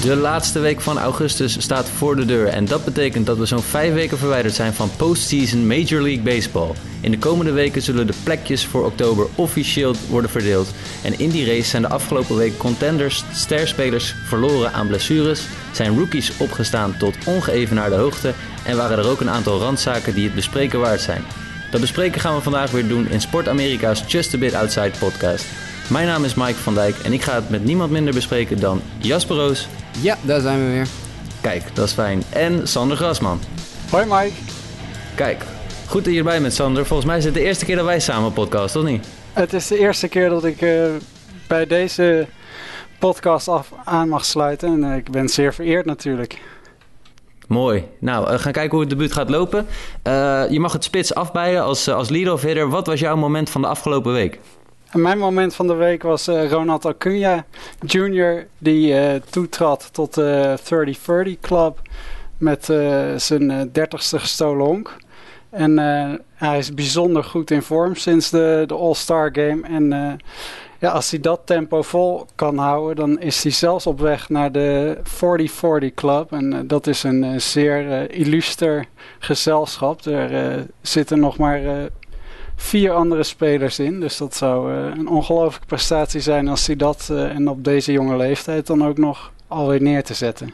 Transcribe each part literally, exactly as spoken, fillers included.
De laatste week van augustus staat voor de deur en dat betekent dat we zo'n vijf weken verwijderd zijn van postseason Major League Baseball. In de komende weken zullen de plekjes voor oktober officieel worden verdeeld. En in die race zijn de afgelopen week contenders, sterspelers verloren aan blessures, zijn rookies opgestaan tot ongeëvenaarde hoogte en waren er ook een aantal randzaken die het bespreken waard zijn. Dat bespreken gaan we vandaag weer doen in Sport Amerika's Just a Bit Outside podcast. Mijn naam is Mike van Dijk en ik ga het met niemand minder bespreken dan Jasper Roos. Ja, daar zijn we weer. Kijk, dat is fijn. En Sander Grasman. Hoi Mike. Kijk, goed dat je erbij bent, Sander. Volgens mij is het de eerste keer dat wij samen podcast, of niet? Het is de eerste keer dat ik uh, bij deze podcast af aan mag sluiten en uh, ik ben zeer vereerd natuurlijk. Mooi. Nou, we gaan kijken hoe het debuut gaat lopen. Uh, je mag het spits afbijden als, als lead-off hitter. Wat was jouw moment van de afgelopen week? En mijn moment van de week was uh, Ronald Acuna junior die uh, toetrad tot de thirty thirty Club met uh, zijn uh, dertigste gestolen honk. En uh, hij is bijzonder goed in vorm sinds de, de All-Star Game. En uh, ja, als hij dat tempo vol kan houden, dan is hij zelfs op weg naar de forty forty Club. En uh, dat is een uh, zeer uh, illuster gezelschap. Er uh, zitten nog maar uh, vier andere spelers in. Dus dat zou uh, een ongelooflijke prestatie zijn als hij dat uh, en op deze jonge leeftijd dan ook nog alweer neer te zetten.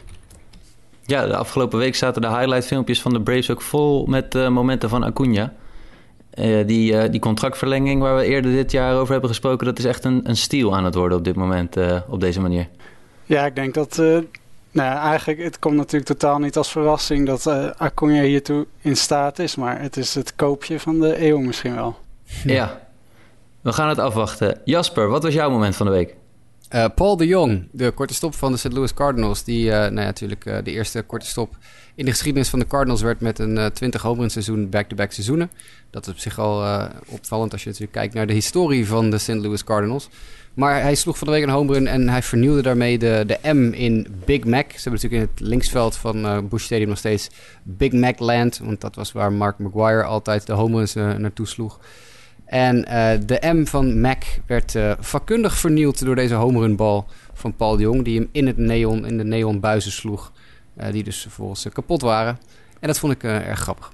Ja, de afgelopen week zaten de highlight filmpjes van de Braves ook vol met uh, momenten van Acuna. Uh, die, uh, die contractverlenging waar we eerder dit jaar over hebben gesproken, dat is echt een, een steal aan het worden op dit moment, uh, op deze manier. Ja, ik denk dat, uh, nou ja, eigenlijk, het komt natuurlijk totaal niet als verrassing dat uh, Acuna hiertoe in staat is, maar het is het koopje van de eeuw misschien wel. Ja, we gaan het afwachten. Jasper, wat was jouw moment van de week? Uh, Paul de Jong, de korte stop van de Saint Louis Cardinals, die uh, nou ja, natuurlijk uh, de eerste korte stop in de geschiedenis van de Cardinals werd met een uh, twintig home run seizoen, back-to-back seizoenen. Dat is op zich al uh, opvallend als je natuurlijk kijkt naar de historie van de Saint Louis Cardinals. Maar hij sloeg van de week een home run en hij vernieuwde daarmee de, de M in Big Mac. Ze hebben natuurlijk in het linksveld van uh, Busch Stadium nog steeds Big Mac Land, want dat was waar Mark McGwire altijd de home runs uh, naartoe sloeg. En uh, de M van Mac werd uh, vakkundig vernield door deze home run bal van Paul de Jong, die hem in het neon, in de neonbuizen sloeg, uh, die dus vervolgens uh, kapot waren. En dat vond ik uh, erg grappig.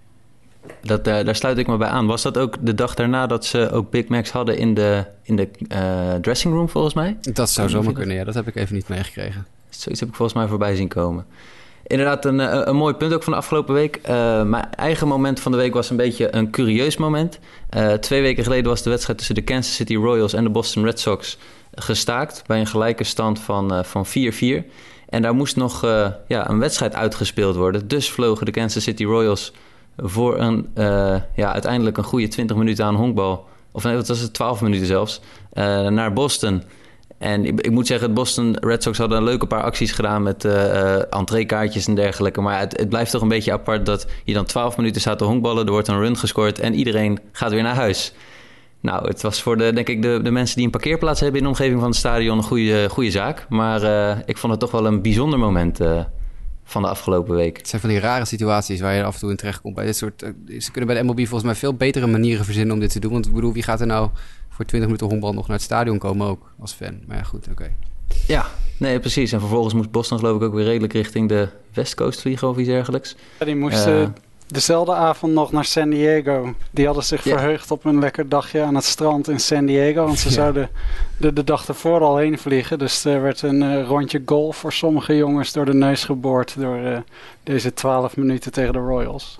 Dat, uh, daar sluit ik me bij aan. Was dat ook de dag daarna dat ze ook Big Macs hadden in de, in de uh, dressing room volgens mij? Dat zou zomaar kunnen, ja. Dat heb ik even niet meegekregen. Zoiets heb ik volgens mij voorbij zien komen. Inderdaad, een, een, een mooi punt ook van de afgelopen week. Uh, mijn eigen moment van de week was een beetje een curieus moment. Uh, twee weken geleden was de wedstrijd tussen de Kansas City Royals en de Boston Red Sox gestaakt bij een gelijke stand van, uh, van vier vier. En daar moest nog uh, ja, een wedstrijd uitgespeeld worden. Dus vlogen de Kansas City Royals voor een, uh, ja, uiteindelijk een goede twintig minuten aan honkbal. Of nee, wat was het, twaalf minuten zelfs. Uh, naar Boston. En ik, ik moet zeggen, het Boston Red Sox hadden een leuke paar acties gedaan met uh, uh, entreekaartjes en dergelijke. Maar het, het blijft toch een beetje apart dat je dan twaalf minuten staat te honkballen. Er wordt een run gescoord en iedereen gaat weer naar huis. Nou, het was voor de, denk ik, de, de mensen die een parkeerplaats hebben in de omgeving van het stadion een goede, goede zaak. Maar uh, ik vond het toch wel een bijzonder moment uh, van de afgelopen week. Het zijn van die rare situaties waar je af en toe in terechtkomt. Bij dit soort, uh, ze kunnen bij de M L B volgens mij veel betere manieren verzinnen om dit te doen. Want ik bedoel, wie gaat er nou voor twintig minuten honkbal nog naar het stadion komen ook als fan? Maar ja, goed, oké. Okay. Ja, nee, precies. En vervolgens moest Boston geloof ik ook weer redelijk richting de West Coast vliegen of iets dergelijks. Ja, die moesten uh, dezelfde avond nog naar San Diego. Die hadden zich ja. verheugd op een lekker dagje aan het strand in San Diego. Want ze ja. zouden de, de dag ervoor al heen vliegen. Dus er werd een uh, rondje golf voor sommige jongens door de neus geboord door uh, deze twaalf minuten tegen de Royals.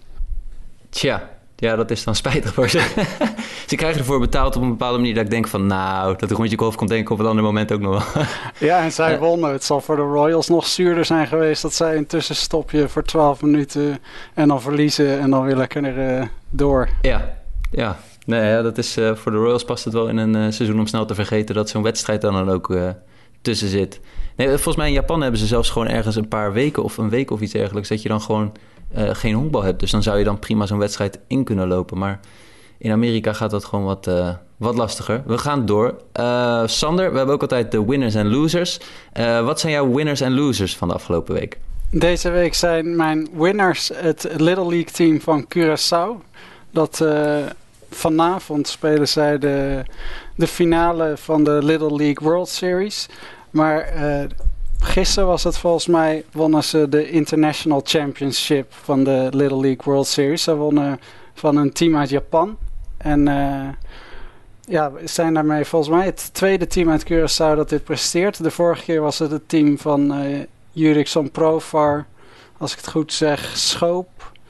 Tja. Ja, dat is dan spijtig voor ze. Ze krijgen ervoor betaald op een bepaalde manier dat ik denk van, nou, dat een rondje golf komt denk ik op een ander moment ook nog wel. Ja, en zij uh, wonnen. Het zal voor de Royals nog zuurder zijn geweest dat zij een tussenstopje voor twaalf minuten en dan verliezen en dan weer lekker uh, door. Ja, ja. Nee, ja, dat is, uh, voor de Royals past het wel in een uh, seizoen om snel te vergeten dat zo'n wedstrijd dan, dan ook uh, tussen zit. Nee, volgens mij in Japan hebben ze zelfs gewoon ergens een paar weken of een week of iets dergelijks dat je dan gewoon Uh, geen honkbal hebt. Dus dan zou je dan prima zo'n wedstrijd in kunnen lopen. Maar in Amerika gaat dat gewoon wat, uh, wat lastiger. We gaan door. Uh, Sander, we hebben ook altijd de winners en losers. Uh, wat zijn jouw winners en losers van de afgelopen week? Deze week zijn mijn winners het Little League team van Curaçao. Dat uh, vanavond spelen zij de, de finale van de Little League World Series. Maar uh, gisteren was het volgens mij, wonnen ze de International Championship van de Little League World Series. Ze wonnen van een team uit Japan. En uh, ja, zijn daarmee volgens mij het tweede team uit Curaçao dat dit presteert. De vorige keer was het het team van uh, Jurickson Profar, als ik het goed zeg, Schoop.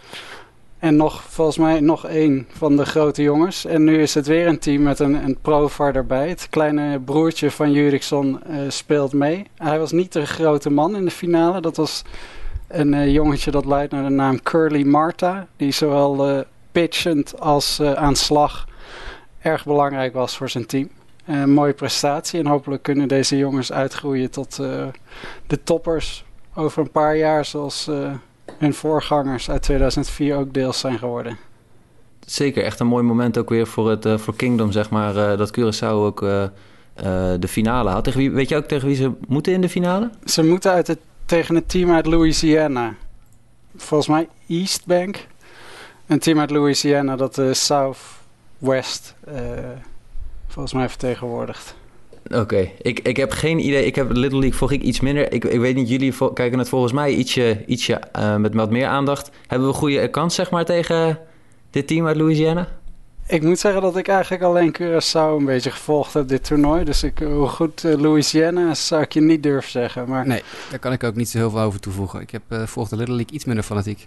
En nog, volgens mij nog één van de grote jongens. En nu is het weer een team met een, een Profar erbij. Het kleine broertje van Jurickson uh, speelt mee. Hij was niet de grote man in de finale. Dat was een uh, jongetje dat luidt naar de naam Curly Marta. Die zowel uh, pitchend als uh, aan slag erg belangrijk was voor zijn team. Uh, een mooie prestatie. En hopelijk kunnen deze jongens uitgroeien tot uh, de toppers over een paar jaar, zoals Uh, hun voorgangers uit tweeduizend vier ook deels zijn geworden. Zeker, echt een mooi moment ook weer voor het uh, voor Kingdom, zeg maar, uh, dat Curaçao ook uh, uh, de finale had. Tegen wie, weet je ook tegen wie ze moeten in de finale? Ze moeten uit het, tegen een team uit Louisiana. Volgens mij East Bank. Een team uit Louisiana dat de Southwest uh, volgens mij vertegenwoordigt. Oké, okay. ik, ik heb geen idee. Ik heb Little League volg ik iets minder. Ik, ik weet niet, jullie vo- kijken het volgens mij ietsje, ietsje uh, met wat meer aandacht. Hebben we een goede kans, zeg maar, tegen dit team uit Louisiana? Ik moet zeggen dat ik eigenlijk alleen Curaçao een beetje gevolgd heb, dit toernooi. Dus ik, hoe goed uh, Louisiana zou ik je niet durven zeggen. Maar nee, daar kan ik ook niet zo heel veel over toevoegen. Ik heb uh, volg de Little League iets minder fanatiek.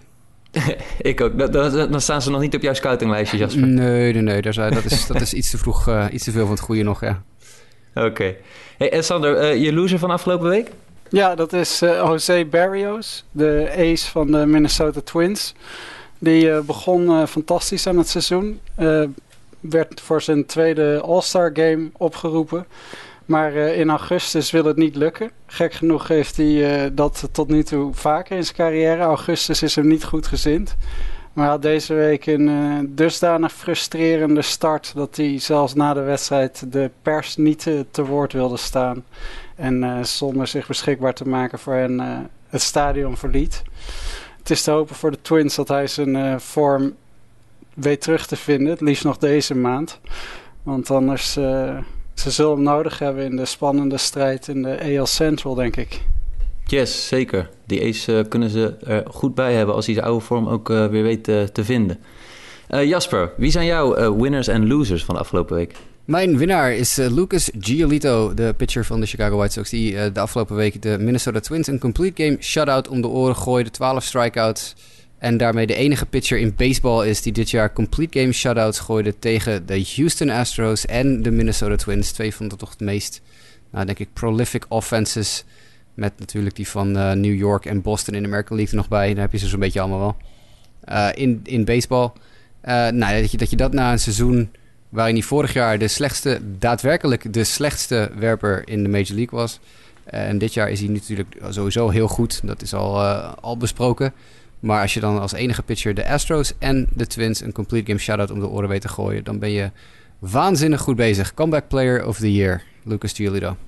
Ik ook. Dan, dan, dan staan ze nog niet op jouw scoutinglijstje, Jasper. Nee, nee, nee. Daar zijn, dat, is, dat is iets te vroeg, uh, iets te veel van het goede nog, ja. Oké. Okay. Hey, en Sander, uh, je loser van afgelopen week? Ja, dat is uh, Jose Barrios, de ace van de Minnesota Twins. Die uh, begon uh, fantastisch aan het seizoen. Uh, werd voor zijn tweede All-Star Game opgeroepen. Maar uh, in augustus wil het niet lukken. Gek genoeg heeft hij uh, dat tot nu toe vaker in zijn carrière. Augustus is hem niet goed gezind. Maar hij had deze week een uh, dusdanig frustrerende start dat hij zelfs na de wedstrijd de pers niet uh, te woord wilde staan. En uh, zonder zich beschikbaar te maken voor hen uh, het stadion verliet. Het is te hopen voor de Twins dat hij zijn uh, vorm weet terug te vinden. Het liefst nog deze maand. Want anders, uh, ze zullen hem nodig hebben in de spannende strijd in de A L Central, denk ik. Yes, zeker. Die ace uh, kunnen ze er goed bij hebben als hij zijn oude vorm ook uh, weer weet uh, te vinden. Uh, Jasper, wie zijn jouw uh, winners en losers van de afgelopen week? Mijn winnaar is uh, Lucas Giolito, de pitcher van de Chicago White Sox, die uh, de afgelopen week de Minnesota Twins een complete game shutout om de oren gooide, twaalf strikeouts. En daarmee de enige pitcher in baseball is die dit jaar complete game shutouts gooide tegen de Houston Astros en de Minnesota Twins. Twee van de toch het meest, nou, denk ik, prolific offenses. Met natuurlijk die van uh, New York en Boston in de American League er nog bij. Daar heb je ze zo'n beetje allemaal wel. Uh, in, in baseball. Uh, nou, dat je, dat je dat na een seizoen waarin hij vorig jaar de slechtste, daadwerkelijk de slechtste werper in de Major League was. Uh, en dit jaar is hij natuurlijk sowieso heel goed. Dat is al, uh, al besproken. Maar als je dan als enige pitcher de Astros en de Twins een complete game shutout om de oren weet te gooien, dan ben je waanzinnig goed bezig. Comeback Player of the Year, Lucas Giolito.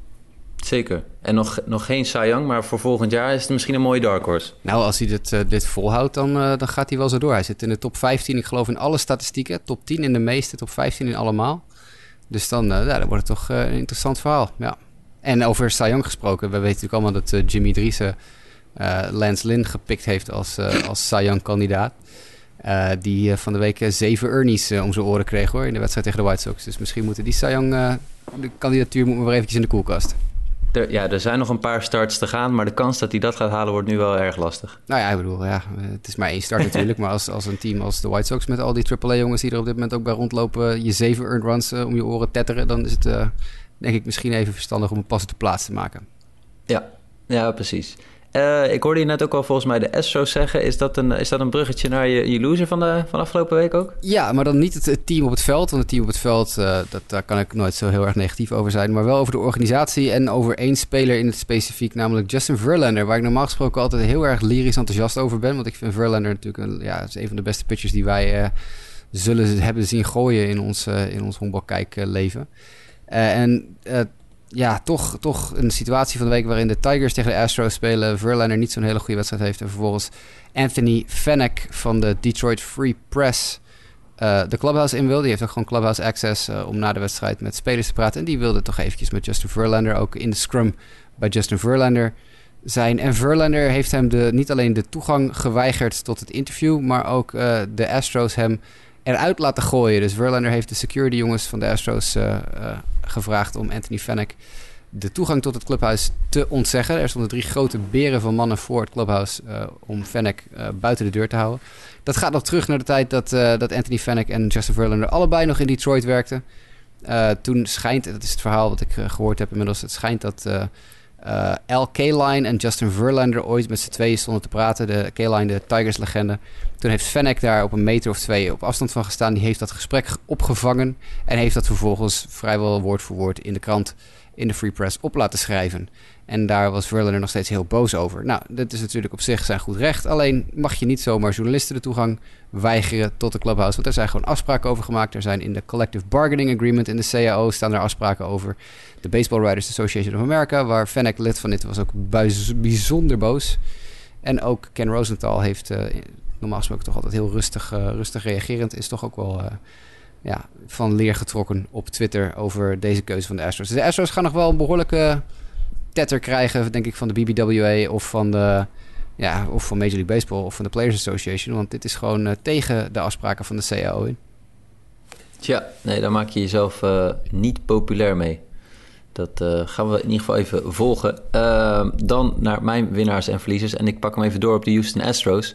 Zeker. En nog, nog geen Cy Young, maar voor volgend jaar is het misschien een mooie dark horse. Nou, als hij dit, uh, dit volhoudt, dan, uh, dan gaat hij wel zo door. Hij zit in de top vijftien, ik geloof in alle statistieken. Top tien in de meeste, top vijftien in allemaal. Dus dan, uh, ja, dan wordt het toch uh, een interessant verhaal. Ja. En over Cy Young gesproken, we weten natuurlijk allemaal dat uh, Jimmy Driessen uh, Lance Lynn gepikt heeft als, uh, als Cy Young kandidaat. Uh, die uh, van de week uh, zeven Ernie's uh, om zijn oren kreeg hoor, in de wedstrijd tegen de White Sox. Dus misschien moeten die Cy Young, uh, de kandidatuur moet maar weer eventjes in de koelkast. Er, ja, er zijn nog een paar starts te gaan, maar de kans dat hij dat gaat halen wordt nu wel erg lastig. Nou ja, ik bedoel, ja, het is maar één start natuurlijk. Maar als, als een team als de White Sox met al die triple A-jongens die er op dit moment ook bij rondlopen, je zeven earned runs uh, om je oren tetteren, dan is het uh, denk ik misschien even verstandig om een passende plaats te maken. Ja, ja precies. Uh, ik hoorde je net ook al volgens mij de Astros zeggen. Is dat een, is dat een bruggetje naar je, je loser van de van afgelopen week ook? Ja, maar dan niet het, het team op het veld. Want het team op het veld, uh, dat, daar kan ik nooit zo heel erg negatief over zijn. Maar wel over de organisatie en over één speler in het specifiek. Namelijk Justin Verlander. Waar ik normaal gesproken altijd heel erg lyrisch enthousiast over ben. Want ik vind Verlander natuurlijk een, ja, is een van de beste pitchers die wij uh, zullen hebben zien gooien in ons, uh, in ons honkbalkijkleven. Uh, en... Uh, Ja, toch, toch een situatie van de week waarin de Tigers tegen de Astros spelen. Verlander niet zo'n hele goede wedstrijd heeft. En vervolgens Anthony Fenech van de Detroit Free Press uh, de clubhouse in wil. Die heeft ook gewoon clubhouse access uh, om na de wedstrijd met spelers te praten. En die wilde toch eventjes met Justin Verlander ook in de scrum bij Justin Verlander zijn. En Verlander heeft hem de, niet alleen de toegang geweigerd tot het interview, maar ook uh, de Astros hem eruit laten gooien. Dus Verlander heeft de security jongens van de Astros uh, uh, gevraagd om Anthony Fenech de toegang tot het clubhuis te ontzeggen. Er stonden drie grote beren van mannen voor het clubhuis uh, om Fenech uh, buiten de deur te houden. Dat gaat nog terug naar de tijd dat, uh, dat Anthony Fenech en Justin Verlander allebei nog in Detroit werkten. Uh, toen schijnt, dat is het verhaal wat ik uh, gehoord heb inmiddels, het schijnt dat uh, uh, Al Kaline en Justin Verlander ooit met z'n tweeën stonden te praten. De Kaline, de Tigers-legende. Toen heeft Fenech daar op een meter of twee op afstand van gestaan. Die heeft dat gesprek opgevangen en heeft dat vervolgens vrijwel woord voor woord in de krant, in de Free Press, op laten schrijven. En daar was Verlander nog steeds heel boos over. Nou, dat is natuurlijk op zich zijn goed recht. Alleen mag je niet zomaar journalisten de toegang weigeren tot de clubhouse. Want er zijn gewoon afspraken over gemaakt. Er zijn in de Collective Bargaining Agreement in de C A O staan er afspraken over. De Baseball Writers Association of America, waar Fenech lid van dit was, ook bijzonder boos. En ook Ken Rosenthal heeft uh, normaal gesproken toch altijd heel rustig, uh, rustig reagerend. Is toch ook wel Uh, ja, van leer getrokken op Twitter over deze keuze van de Astros. De Astros gaan nog wel een behoorlijke tetter krijgen, denk ik, van de B B W A of van de ja, of van Major League Baseball of van de Players Association, want dit is gewoon uh, tegen de afspraken van de C A O in. Tja, nee, daar maak je jezelf uh, niet populair mee. Dat uh, gaan we in ieder geval even volgen. Uh, dan naar mijn winnaars en verliezers. En ik pak hem even door op de Houston Astros.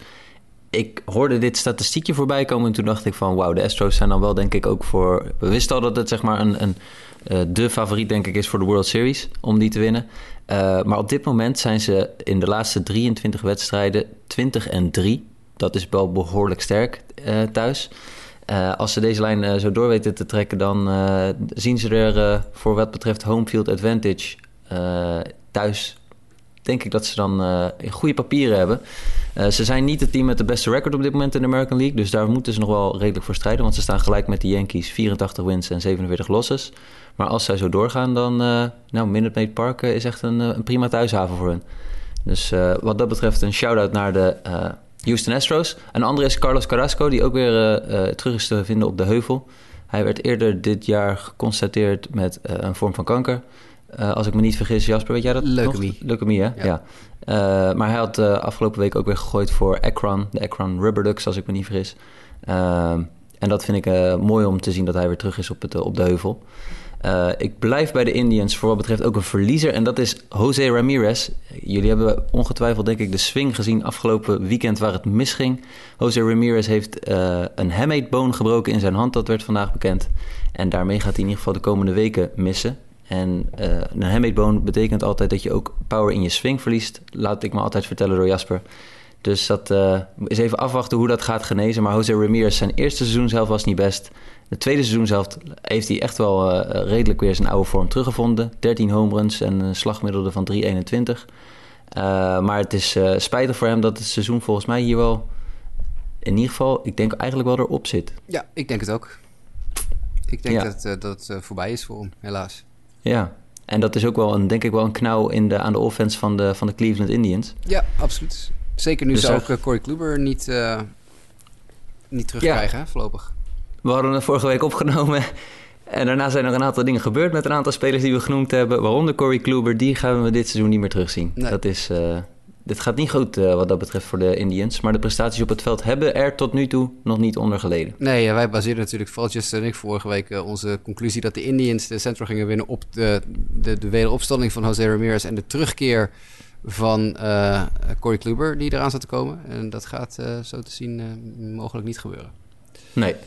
Ik hoorde dit statistiekje voorbij komen en toen dacht ik van wauw, de Astros zijn dan wel denk ik ook voor. We wisten al dat het zeg maar een, een uh, de favoriet denk ik is voor de World Series om die te winnen. Uh, maar op dit moment zijn ze in de laatste drieëntwintig wedstrijden twintig en drie. Dat is wel behoorlijk sterk uh, thuis. Uh, als ze deze lijn uh, zo door weten te trekken, dan uh, zien ze er uh, voor wat betreft home field advantage uh, thuis. Denk ik dat ze dan uh, goede papieren hebben. Uh, ze zijn niet het team met de beste record op dit moment in de American League. Dus daar moeten ze nog wel redelijk voor strijden. Want ze staan gelijk met de Yankees. vierentachtig wins en zevenenveertig losses. Maar als zij zo doorgaan, dan uh, nou, Minute Maid Park uh, is echt een, uh, een prima thuishaven voor hun. Dus uh, wat dat betreft een shout-out naar de uh, Houston Astros. Een andere is Carlos Carrasco, die ook weer uh, uh, terug is te vinden op de heuvel. Hij werd eerder dit jaar geconstateerd met uh, een vorm van kanker. Uh, als ik me niet vergis, Jasper, weet jij dat Leukemie. nog? Leukemie, hè? Ja. ja. Uh, maar hij had uh, afgelopen week ook weer gegooid voor Akron. De Akron Rubber Ducks, als ik me niet vergis. Uh, en dat vind ik uh, mooi om te zien dat hij weer terug is op, het, uh, op de heuvel. Uh, ik blijf bij de Indians voor wat betreft ook een verliezer. En dat is Jose Ramirez. Jullie hebben ongetwijfeld denk ik de swing gezien afgelopen weekend waar het misging. Jose Ramirez heeft uh, een hamate-bone gebroken in zijn hand. Dat werd vandaag bekend. En daarmee gaat hij in ieder geval de komende weken missen. En uh, een hamate-bone betekent altijd dat je ook power in je swing verliest. Laat ik me altijd vertellen door Jasper. Dus dat uh, is even afwachten hoe dat gaat genezen. Maar Jose Ramirez, zijn eerste seizoen zelf was niet best. De tweede seizoen zelf heeft hij echt wel uh, redelijk weer zijn oude vorm teruggevonden. dertien home runs en een slagmiddelde van drie komma eenentwintig. Uh, maar het is uh, spijtig voor hem dat het seizoen volgens mij hier wel, in ieder geval, ik denk eigenlijk wel erop zit. Ja, ik denk het ook. Ik denk ja. dat, uh, dat het uh, voorbij is voor hem, helaas. Ja, en dat is ook wel een, denk ik wel een knauw in de, aan de offense van de, van de Cleveland Indians. Ja, absoluut. Zeker nu dus ze er... ook uh, Corey Kluber niet, uh, niet terugkrijgen, ja. hè, voorlopig. We hadden het vorige week opgenomen. En daarna zijn er een aantal dingen gebeurd met een aantal spelers die we genoemd hebben. Waaronder Corey Kluber, die gaan we dit seizoen niet meer terugzien. Nee. Dat is, uh, dit gaat niet goed uh, wat dat betreft voor de Indians. Maar de prestaties op het veld hebben er tot nu toe nog niet onder geleden. Nee, wij baseerden natuurlijk, vooral Justin en ik vorige week, uh, onze conclusie dat de Indians de Central gingen winnen op de, de, de wederopstanding van Jose Ramirez en de terugkeer van uh, Corey Kluber die eraan zat te komen. En dat gaat uh, zo te zien uh, mogelijk niet gebeuren. Nee.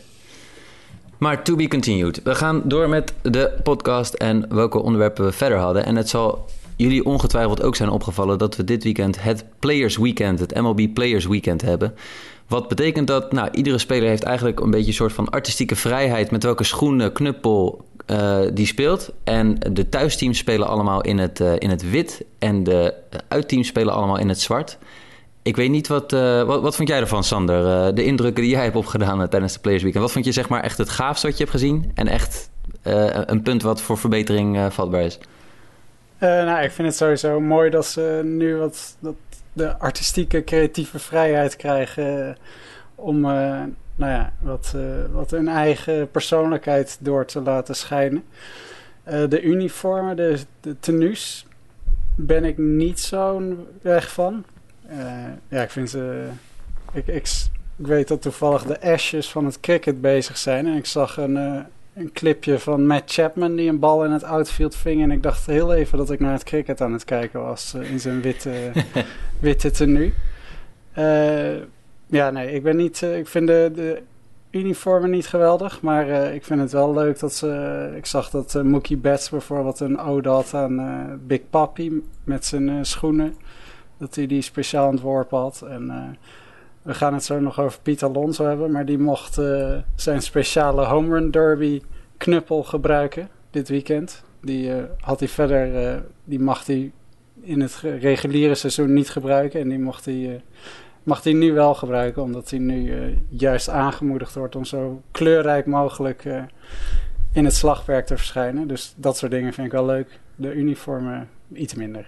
Maar to be continued. We gaan door met de podcast en welke onderwerpen we verder hadden. En het zal jullie ongetwijfeld ook zijn opgevallen dat we dit weekend het Players Weekend, het M L B Players Weekend hebben. Wat betekent dat? Nou, iedere speler heeft eigenlijk een beetje een soort van artistieke vrijheid met welke schoenen, knuppel uh, die speelt. En de thuisteams spelen allemaal in het, uh, in het wit en de uitteams spelen allemaal in het zwart. Ik weet niet, wat, uh, wat, wat vond jij ervan, Sander? Uh, de indrukken die jij hebt opgedaan uh, tijdens de Players Weekend. Wat vond je zeg maar echt het gaafste wat je hebt gezien? En echt uh, een punt wat voor verbetering uh, vatbaar is? Uh, nou, ik vind het sowieso mooi dat ze nu wat dat de artistieke, creatieve vrijheid krijgen uh, om uh, nou ja, wat, uh, wat hun eigen persoonlijkheid door te laten schijnen. Uh, de uniformen, de, de tenues, ben ik niet zo'n weg van. Uh, ja, ik vind... Uh, ik, ik, ik weet dat toevallig de Ashes van het cricket bezig zijn. En ik zag een, uh, een clipje van Matt Chapman die een bal in het outfield ving. En ik dacht heel even dat ik naar het cricket aan het kijken was. Uh, in zijn witte, witte tenue. Uh, ja, nee, ik ben niet... Uh, ik vind de... de uniformen niet geweldig, maar uh, ik vind het wel leuk dat ze... Uh, ik zag dat uh, Mookie Betts bijvoorbeeld een ode had aan uh, Big Papi met zijn uh, schoenen. Dat hij die speciaal ontworpen had. En uh, we gaan het zo nog over Pete Alonso hebben, maar die mocht uh, zijn speciale home run derby knuppel gebruiken dit weekend. Die uh, had hij verder... Uh, die mag hij in het reguliere seizoen niet gebruiken en die mocht hij... Uh, mag hij nu wel gebruiken, omdat hij nu uh, juist aangemoedigd wordt om zo kleurrijk mogelijk uh, in het slagwerk te verschijnen. Dus dat soort dingen vind ik wel leuk. De uniformen iets minder.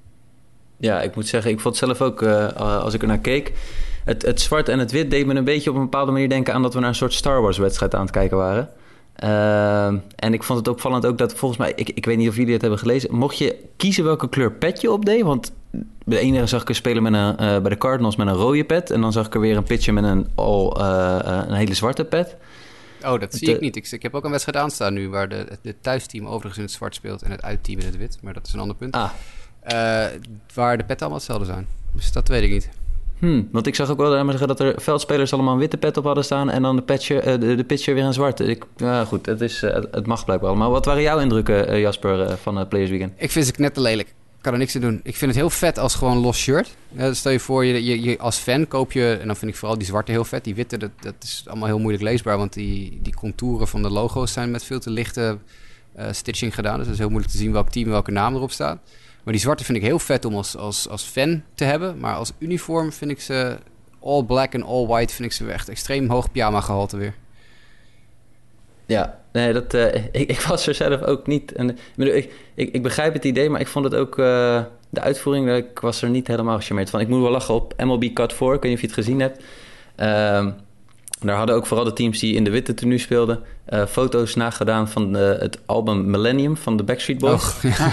Ja, ik moet zeggen, ik vond zelf ook, uh, als ik er naar keek, het, het zwart en het wit deed me een beetje op een bepaalde manier denken aan dat we naar een soort Star Wars wedstrijd aan het kijken waren. Uh, en ik vond het opvallend ook dat volgens mij, ik, ik weet niet of jullie het hebben gelezen, mocht je kiezen welke kleur pet je opdeed, want de ene zag ik er spelen met een, uh, bij de Cardinals met een rode pet en dan zag ik er weer een pitcher met een, al, uh, uh, een hele zwarte pet. Oh, dat zie de, ik niet. Ik, ik heb ook een wedstrijd aanstaan nu waar de, de thuisteam overigens in het zwart speelt en het uitteam in het wit, maar dat is een ander punt. Ah. Uh, waar de petten allemaal hetzelfde zijn. Dus dat weet ik niet. Hmm, want ik zag ook wel zeggen dat er veldspelers allemaal een witte pet op hadden staan en dan de, patcher, uh, de, de pitcher weer een zwarte. Ik, uh, goed, het, is, uh, het mag blijkbaar allemaal. Wat waren jouw indrukken, uh, Jasper, uh, van uh, Players Weekend? Ik vind ze net te lelijk. Ik kan er niks aan doen. Ik vind het heel vet als gewoon los shirt. Uh, stel je voor, je, je, je als fan koop je, en dan vind ik vooral die zwarte heel vet. Die witte, dat, dat is allemaal heel moeilijk leesbaar, want die, die contouren van de logo's zijn met veel te lichte uh, stitching gedaan. Dus het is heel moeilijk te zien welk team, welke naam erop staat. Maar die zwarte vind ik heel vet om als, als, als fan te hebben. Maar als uniform vind ik ze all black en all white, vind ik ze echt extreem hoog pyjama gehalte weer. Ja, nee, dat, uh, ik, ik was er zelf ook niet. En, ik, ik, ik begrijp het idee, maar ik vond het ook... Uh, de uitvoering, ik was er niet helemaal gecharmeerd van. Ik moet wel lachen op M L B Cut vier, ik weet niet of je het gezien hebt. Uh, daar hadden ook vooral de teams die in de witte tenue speelden... Uh, foto's nagedaan van de, het album Millennium van de Backstreet Boys. Oh, ja,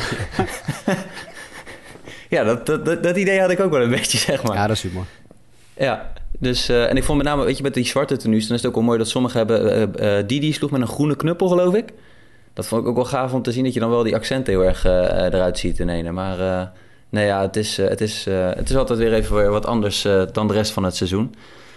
ja dat, dat, dat, dat idee had ik ook wel een beetje, zeg maar. Ja, dat is super. Ja, dus, uh, en ik vond met name, weet je, met die zwarte tenues... dan is het ook wel mooi dat sommigen hebben... Uh, uh, Didi sloeg met een groene knuppel, geloof ik. Dat vond ik ook wel gaaf om te zien... dat je dan wel die accenten heel erg uh, eruit ziet in ene. Maar uh, nee, ja, het is, uh, het, is, uh, het is altijd weer even weer wat anders... Uh, dan de rest van het seizoen.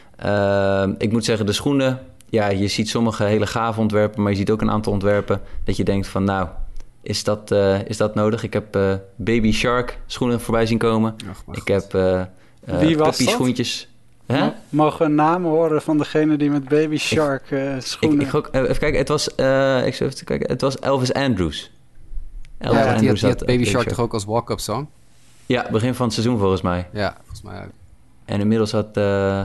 Uh, ik moet zeggen, de schoenen... ja, je ziet sommige hele gave ontwerpen... maar je ziet ook een aantal ontwerpen... dat je denkt van, nou... Is dat, uh, is dat nodig? Ik heb uh, Baby Shark schoenen voorbij zien komen. Och, ik heb uh, uh, Wie was puppy schoentjes... Huh? Mogen we namen horen van degene die met Baby Shark uh, schoenen... Ik, ik ook, even kijken, het was, uh, ik even kijken, het was Elvis Andrews. Elvis ja, Andrews die had, die had Baby Shark, Shark toch ook als walk-up song? Ja, begin van het seizoen volgens mij. Ja, volgens mij ook. En inmiddels had... Uh,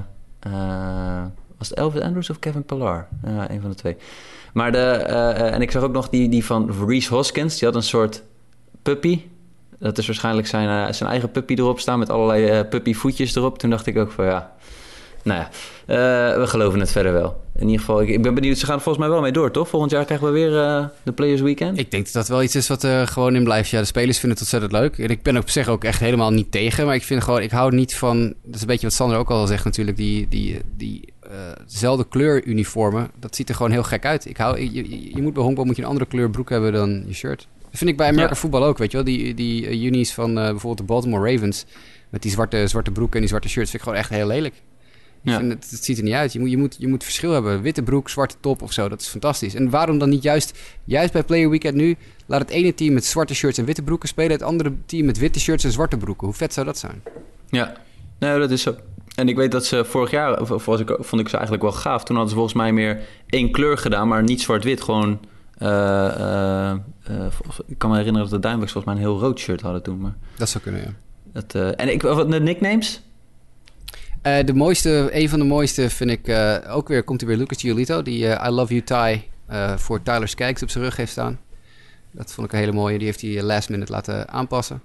uh, was het Elvis Andrews of Kevin Pillar? Uh, een van de twee. Maar de... Uh, en ik zag ook nog die, die van Reese Hoskins. Die had een soort puppy... Dat is waarschijnlijk zijn, uh, zijn eigen puppy erop staan... met allerlei uh, puppyvoetjes erop. Toen dacht ik ook van ja... Nou ja, uh, we geloven het verder wel. In ieder geval, ik, ik ben benieuwd. Ze gaan er volgens mij wel mee door, toch? Volgend jaar krijgen we weer uh, de Players Weekend. Ik denk dat dat wel iets is wat er uh, gewoon in blijft. Ja, de spelers vinden het ontzettend leuk. En ik ben op zich ook echt helemaal niet tegen. Maar ik vind gewoon... Ik hou niet van... Dat is een beetje wat Sander ook al zegt natuurlijk. Die, die, die uh, dezelfde kleur uniformen. Dat ziet er gewoon heel gek uit. Ik hou, je, je, je moet bij honkbal moet je een andere kleur broek hebben dan je shirt. Dat vind ik bij American ja. voetbal ook, weet je wel. Die, die uh, unis van uh, bijvoorbeeld de Baltimore Ravens... met die zwarte, zwarte broeken en die zwarte shirts... vind ik gewoon echt heel lelijk. Ik ja. vind het, het ziet er niet uit. Je moet, je, moet, je moet verschil hebben. Witte broek, zwarte top of zo. Dat is fantastisch. En waarom dan niet juist... juist bij Player Weekend nu... laat het ene team met zwarte shirts en witte broeken spelen... het andere team met witte shirts en zwarte broeken. Hoe vet zou dat zijn? Ja, nou, dat is zo. En ik weet dat ze vorig jaar... Of, was ik, vond ik ze eigenlijk wel gaaf. Toen hadden ze volgens mij meer één kleur gedaan... maar niet zwart-wit. Gewoon... Uh, uh, uh, ik kan me herinneren dat de Diamondbacks volgens mij een heel rood shirt hadden toen. Maar dat zou kunnen, ja. Dat, uh, en ik, wat de nicknames? Uh, de mooiste, een van de mooiste vind ik uh, ook weer, komt er weer Lucas Giolito, die uh, I Love You Ty uh, voor Tyler Skaggs op zijn rug heeft staan. Dat vond ik een hele mooie, die heeft hij last minute laten aanpassen.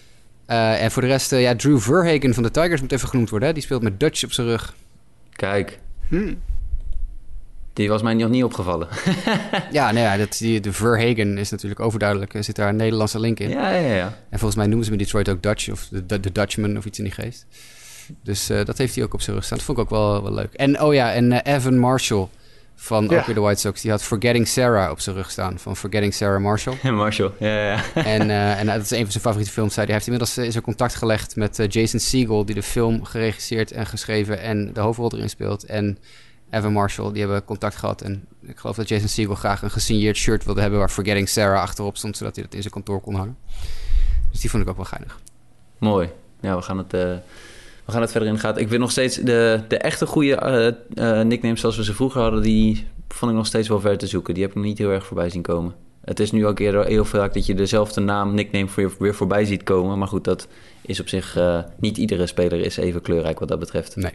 Uh, en voor de rest, uh, ja, Drew Verhagen van de Tigers moet even genoemd worden. Hè? Die speelt met Dutch op zijn rug. Kijk. Hmm. Die was mij nog niet opgevallen. ja, nou ja, dat, die, de Verhagen is natuurlijk overduidelijk. Er zit daar een Nederlandse link in. Ja, ja, ja. En volgens mij noemen ze me Detroit ook Dutch of de, de Dutchman of iets in die geest. Dus uh, dat heeft hij ook op zijn rug staan. Dat vond ik ook wel, wel leuk. En oh ja, en uh, Evan Marshall van ja. ook weer de White Sox. Die had Forgetting Sarah op zijn rug staan. Van Forgetting Sarah Marshall. Marshall, ja, ja. En, uh, en uh, dat is een van zijn favoriete films. Hij heeft inmiddels uh, is er contact gelegd met uh, Jason Segel, die de film geregisseerd en geschreven en de hoofdrol erin speelt. En Evan Marshall, die hebben contact gehad. En ik geloof dat Jason Segel graag een gesigneerd shirt wilde hebben waar Forgetting Sarah achterop stond, zodat hij dat in zijn kantoor kon hangen. Dus die vond ik ook wel geinig. Mooi. Ja, we gaan het... Uh... We gaan het verder in de gaten. Ik vind nog steeds de, de echte goede uh, uh, nicknames zoals we ze vroeger hadden, die vond ik nog steeds wel ver te zoeken. Die heb ik nog niet heel erg voorbij zien komen. Het is nu ook eerder heel vaak dat je dezelfde naam, nickname weer, weer voorbij ziet komen. Maar goed, dat is op zich... Uh, niet iedere speler is even kleurrijk wat dat betreft. Nee.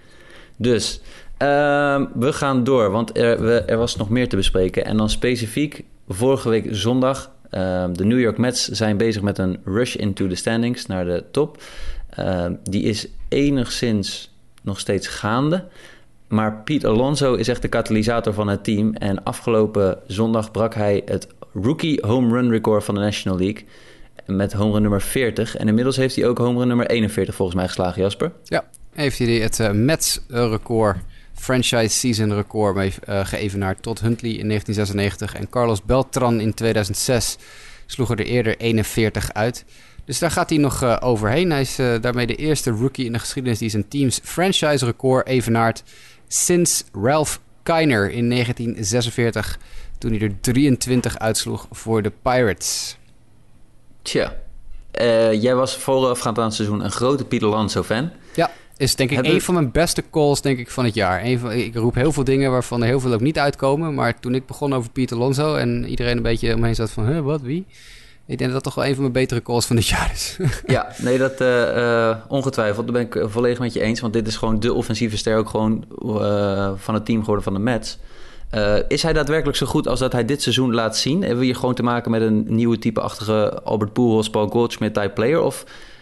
Dus, uh, we gaan door, want er, we, er was nog meer te bespreken. En dan specifiek vorige week zondag. Uh, de New York Mets zijn bezig met een rush into the standings naar de top. Uh, die is enigszins nog steeds gaande. Maar Pete Alonso is echt de katalysator van het team. En afgelopen zondag brak hij het rookie home run record van de National League. Met home run nummer veertig. En inmiddels heeft hij ook home run nummer eenenveertig volgens mij geslagen, Jasper. Ja, heeft hij het uh, Mets record, franchise season record, mee uh, geëvenaard. Todd Huntley in negentien zesennegentig. En Carlos Beltran in tweeduizend zes sloegen er eerder eenenveertig uit. Dus daar gaat hij nog uh, overheen. Hij is uh, daarmee de eerste rookie in de geschiedenis die zijn teams franchise record evenaart sinds Ralph Kiner in negentien zesenveertig, toen hij er drieëntwintig uitsloeg voor de Pirates. Tja, uh, jij was voorafgaand aan het seizoen een grote Pete Alonso fan. Ja, is denk ik Hebben... een van mijn beste calls denk ik, van het jaar. Een van, ik roep heel veel dingen waarvan er heel veel ook niet uitkomen. Maar toen ik begon over Pete Alonso en iedereen een beetje omheen zat van, huh, wat, wie? Ik denk dat dat toch wel een van mijn betere calls van dit jaar is. Ja, nee, dat uh, uh, ongetwijfeld. Daar ben ik volledig met je eens. Want dit is gewoon de offensieve ster ook gewoon uh, van het team geworden van de Mets. Uh, is hij daadwerkelijk zo goed als dat hij dit seizoen laat zien? Hebben we hier gewoon te maken met een nieuwe type-achtige Albert Pujols, Paul Goldschmidt type player? Of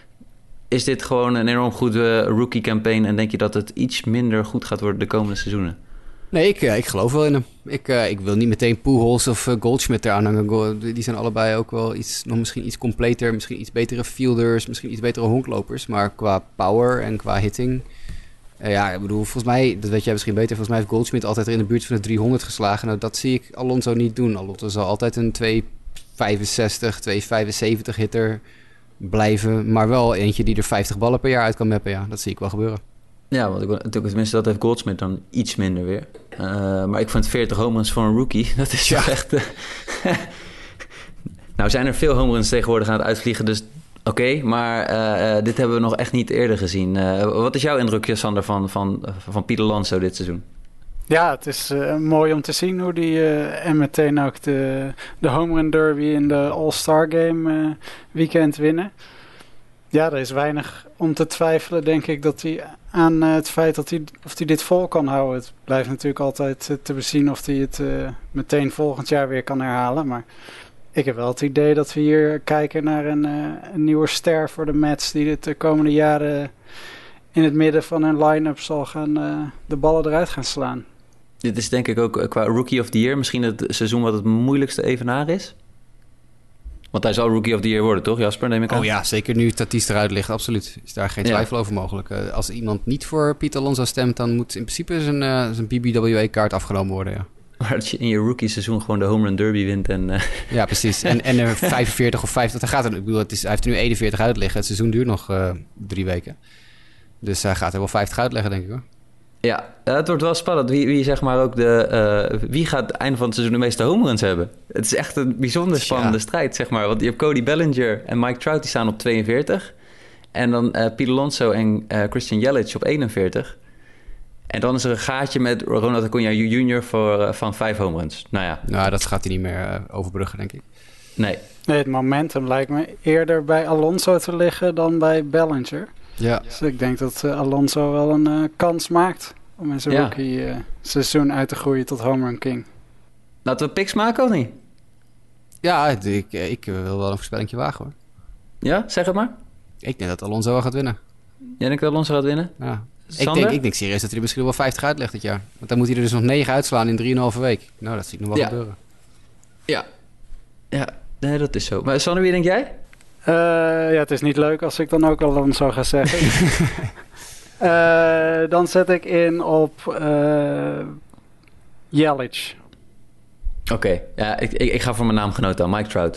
is dit gewoon een enorm goede rookie campaign en denk je dat het iets minder goed gaat worden de komende seizoenen? Nee, ik, ik geloof wel in hem. Ik, uh, ik wil niet meteen Pujols of uh, Goldschmidt eraan hangen. Die zijn allebei ook wel iets, nog misschien iets completer. Misschien iets betere fielders, misschien iets betere honklopers. Maar qua power en qua hitting... Uh, ja, ik bedoel, volgens mij, dat weet jij misschien beter... volgens mij heeft Goldschmidt altijd er in de buurt van de driehonderd geslagen. Nou, dat zie ik Alonso niet doen. Alonso zal altijd een twee vijfenzestig, twee vijfenzeventig hitter blijven. Maar wel eentje die er vijftig ballen per jaar uit kan mappen. Ja, dat zie ik wel gebeuren. Ja, want ik, natuurlijk, tenminste, dat heeft Goldschmidt dan iets minder weer. Uh, maar ik vind veertig home runs voor een rookie, dat is ja. echt... Uh, nou zijn er veel home runs tegenwoordig aan het uitvliegen, dus oké. Okay, maar uh, uh, dit hebben we nog echt niet eerder gezien. Uh, wat is jouw indruk, Sander, van, van, van Pete Alonso dit seizoen? Ja, het is uh, mooi om te zien hoe die... Uh, en meteen ook de, de home run derby in de All-Star Game uh, weekend winnen. Ja, er is weinig om te twijfelen, denk ik, dat hij aan uh, het feit dat hij, of hij dit vol kan houden. Het blijft natuurlijk altijd uh, te bezien of hij het uh, meteen volgend jaar weer kan herhalen. Maar ik heb wel het idee dat we hier kijken naar een, uh, een nieuwe ster voor de Mets die de komende jaren in het midden van hun line-up zal gaan uh, de ballen eruit gaan slaan. Dit is denk ik ook qua Rookie of the Year misschien het seizoen wat het moeilijkste evenaar is. Want hij zal Rookie of the Year worden, toch Jasper? Neem ik aan. Oh ja, zeker nu Tatis eruit ligt, absoluut. Is daar geen twijfel ja. over mogelijk. Uh, als iemand niet voor Pete Alonso stemt, dan moet in principe zijn, uh, zijn B B W A-kaart afgenomen worden, ja. Maar dat je in je rookie seizoen gewoon de home run derby wint en... Uh... Ja, precies. En, en er vijfenveertig of vijftig, dat gaat er, ik bedoel, het is, hij heeft er nu eenenveertig uit liggen. Het seizoen duurt nog uh, drie weken. Dus hij gaat er wel vijftig uitleggen, denk ik hoor. Ja, het wordt wel spannend. Wie, wie, zeg maar ook de, uh, wie gaat het einde van het seizoen de meeste home runs hebben? Het is echt een bijzonder spannende ja. strijd, zeg maar. Want je hebt Cody Bellinger en Mike Trout, die staan op tweeënveertig. En dan uh, Pete Alonso en uh, Christian Yelich op eenenveertig. En dan is er een gaatje met Ronald Acuna junior voor, uh, van vijf home runs. Nou ja. Nou, dat gaat hij niet meer uh, overbruggen, denk ik. Nee. Nee, het momentum lijkt me eerder bij Alonso te liggen dan bij Bellinger. Ja. Dus ik denk dat uh, Alonso wel een uh, kans maakt om in zijn ja. rookie uh, seizoen uit te groeien tot home run king. Laten we picks maken of niet? Ja, ik, ik wil wel een voorspellingje wagen hoor. Ja, zeg het maar. Ik denk dat Alonso wel gaat winnen. Jij denkt dat Alonso gaat winnen? Ja. Ik denk, ik denk serieus dat hij er misschien wel vijftig uitlegt dit jaar. Want dan moet hij er dus nog negen uitslaan in drieënhalve week. Nou, dat zie ik nog wel ja. gebeuren. Ja. Ja, nee, dat is zo. Maar Sander, wie denk jij? Uh, ja, het is niet leuk als ik dan ook Alonso ga zeggen. uh, dan zet ik in op uh, Jelic. Oké, okay. ja, ik, ik, ik ga voor mijn naamgenoot dan, Mike Trout.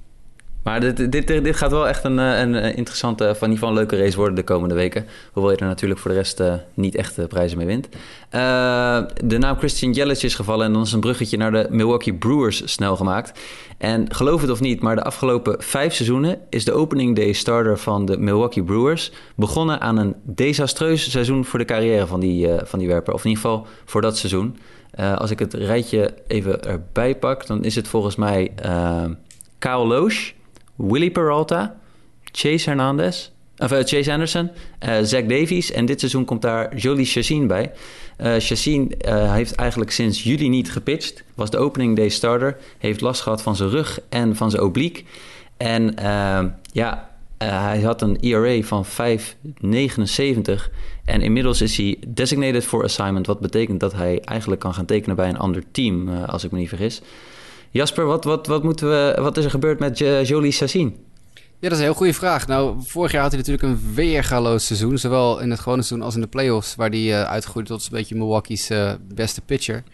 Maar dit, dit, dit gaat wel echt een, een interessante, van in ieder geval een leuke race worden de komende weken. Hoewel je er natuurlijk voor de rest uh, niet echt uh, prijzen mee wint. Uh, de naam Christian Jelic is gevallen en dan is een bruggetje naar de Milwaukee Brewers snel gemaakt. En geloof het of niet, maar de afgelopen vijf seizoenen is de opening day starter van de Milwaukee Brewers begonnen aan een desastreus seizoen voor de carrière van die, uh, van die werper. Of in ieder geval voor dat seizoen. Uh, als ik het rijtje even erbij pak, dan is het volgens mij uh, Kyle Loesch, Willie Peralta, Chase Hernandez, of uh, Chase Anderson, uh, Zach Davies en dit seizoen komt daar Jhoulys Chacín bij. Uh, Chacín uh, heeft eigenlijk sinds juli niet gepitcht, was de opening day starter, heeft last gehad van zijn rug en van zijn obliek. En uh, ja, uh, hij had een E R A van vijf komma negenenzeventig en inmiddels is hij designated for assignment, wat betekent dat hij eigenlijk kan gaan tekenen bij een ander team, uh, als ik me niet vergis. Jasper, wat, wat, wat, moeten we, wat is er gebeurd met Jhoulys Chacín? Ja, dat is een heel goede vraag. Nou, vorig jaar had hij natuurlijk een weergaloos seizoen. Zowel in het gewone seizoen als in de playoffs. Waar hij uh, uitgroeide tot een beetje Milwaukee's uh, beste pitcher.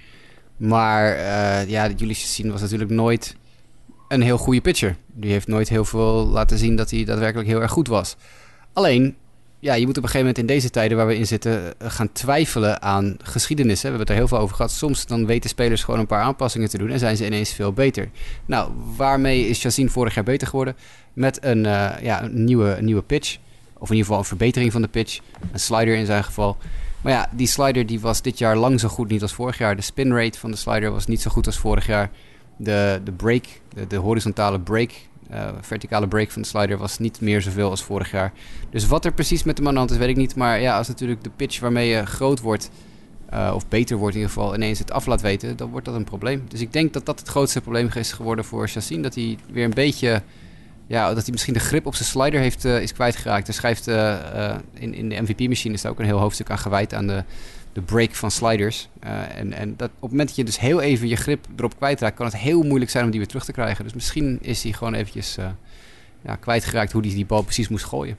Maar uh, ja, Jhoulys Chacín was natuurlijk nooit een heel goede pitcher. Die heeft nooit heel veel laten zien dat hij daadwerkelijk heel erg goed was. Alleen, ja, je moet op een gegeven moment in deze tijden waar we in zitten gaan twijfelen aan geschiedenis. Hè. We hebben het er heel veel over gehad. Soms dan weten spelers gewoon een paar aanpassingen te doen en zijn ze ineens veel beter. Nou, waarmee is Chacín vorig jaar beter geworden? Met een, uh, ja, een, nieuwe, een nieuwe pitch. Of in ieder geval een verbetering van de pitch. Een slider in zijn geval. Maar ja, die slider die was dit jaar lang zo goed niet als vorig jaar. De spin rate van de slider was niet zo goed als vorig jaar. De, de break, de, de horizontale break, uh, verticale break van de slider was niet meer zoveel als vorig jaar. Dus wat er precies met de man aan de hand is, weet ik niet. Maar ja, als natuurlijk de pitch waarmee je groot wordt, uh, of beter wordt in ieder geval, ineens het af laat weten, dan wordt dat een probleem. Dus ik denk dat dat het grootste probleem is geworden voor Chacín. Dat hij weer een beetje, ja, dat hij misschien de grip op zijn slider heeft, uh, is kwijtgeraakt. Hij schrijft uh, uh, in, in de M V P-machine is daar ook een heel hoofdstuk aan gewijd aan de, de break van sliders. Uh, en en dat, op het moment dat je dus heel even je grip erop kwijtraakt, kan het heel moeilijk zijn om die weer terug te krijgen. Dus misschien is hij gewoon eventjes uh, ja, kwijtgeraakt hoe hij die bal precies moest gooien.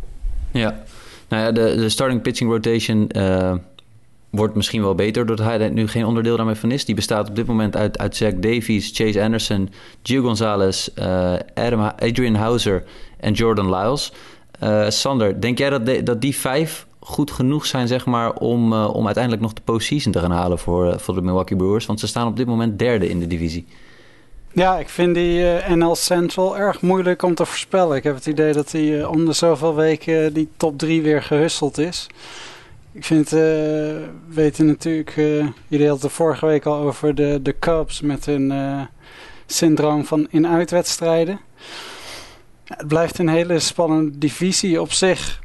Ja, nou ja, de, de starting pitching rotation uh, wordt misschien wel beter doordat hij er nu geen onderdeel daarmee van is. Die bestaat op dit moment uit, uit Zach Davies, Chase Anderson, Gio Gonzalez, uh, Adam, Adrian Houser en Jordan Lyles. Uh, Sander, denk jij dat, de, dat die vijf goed genoeg zijn, zeg maar, om, uh, om uiteindelijk nog de postseason te gaan halen voor, uh, voor de Milwaukee Brewers? Want ze staan op dit moment derde in de divisie. Ja, ik vind die uh, N L Central erg moeilijk om te voorspellen. Ik heb het idee dat die uh, om de zoveel weken uh, die top drie weer gehusteld is. Ik vind, uh, we weten natuurlijk, uh, jullie hadden het er vorige week al over de, de Cubs met hun uh, syndroom van in-uitwedstrijden. Ja, het blijft een hele spannende divisie op zich.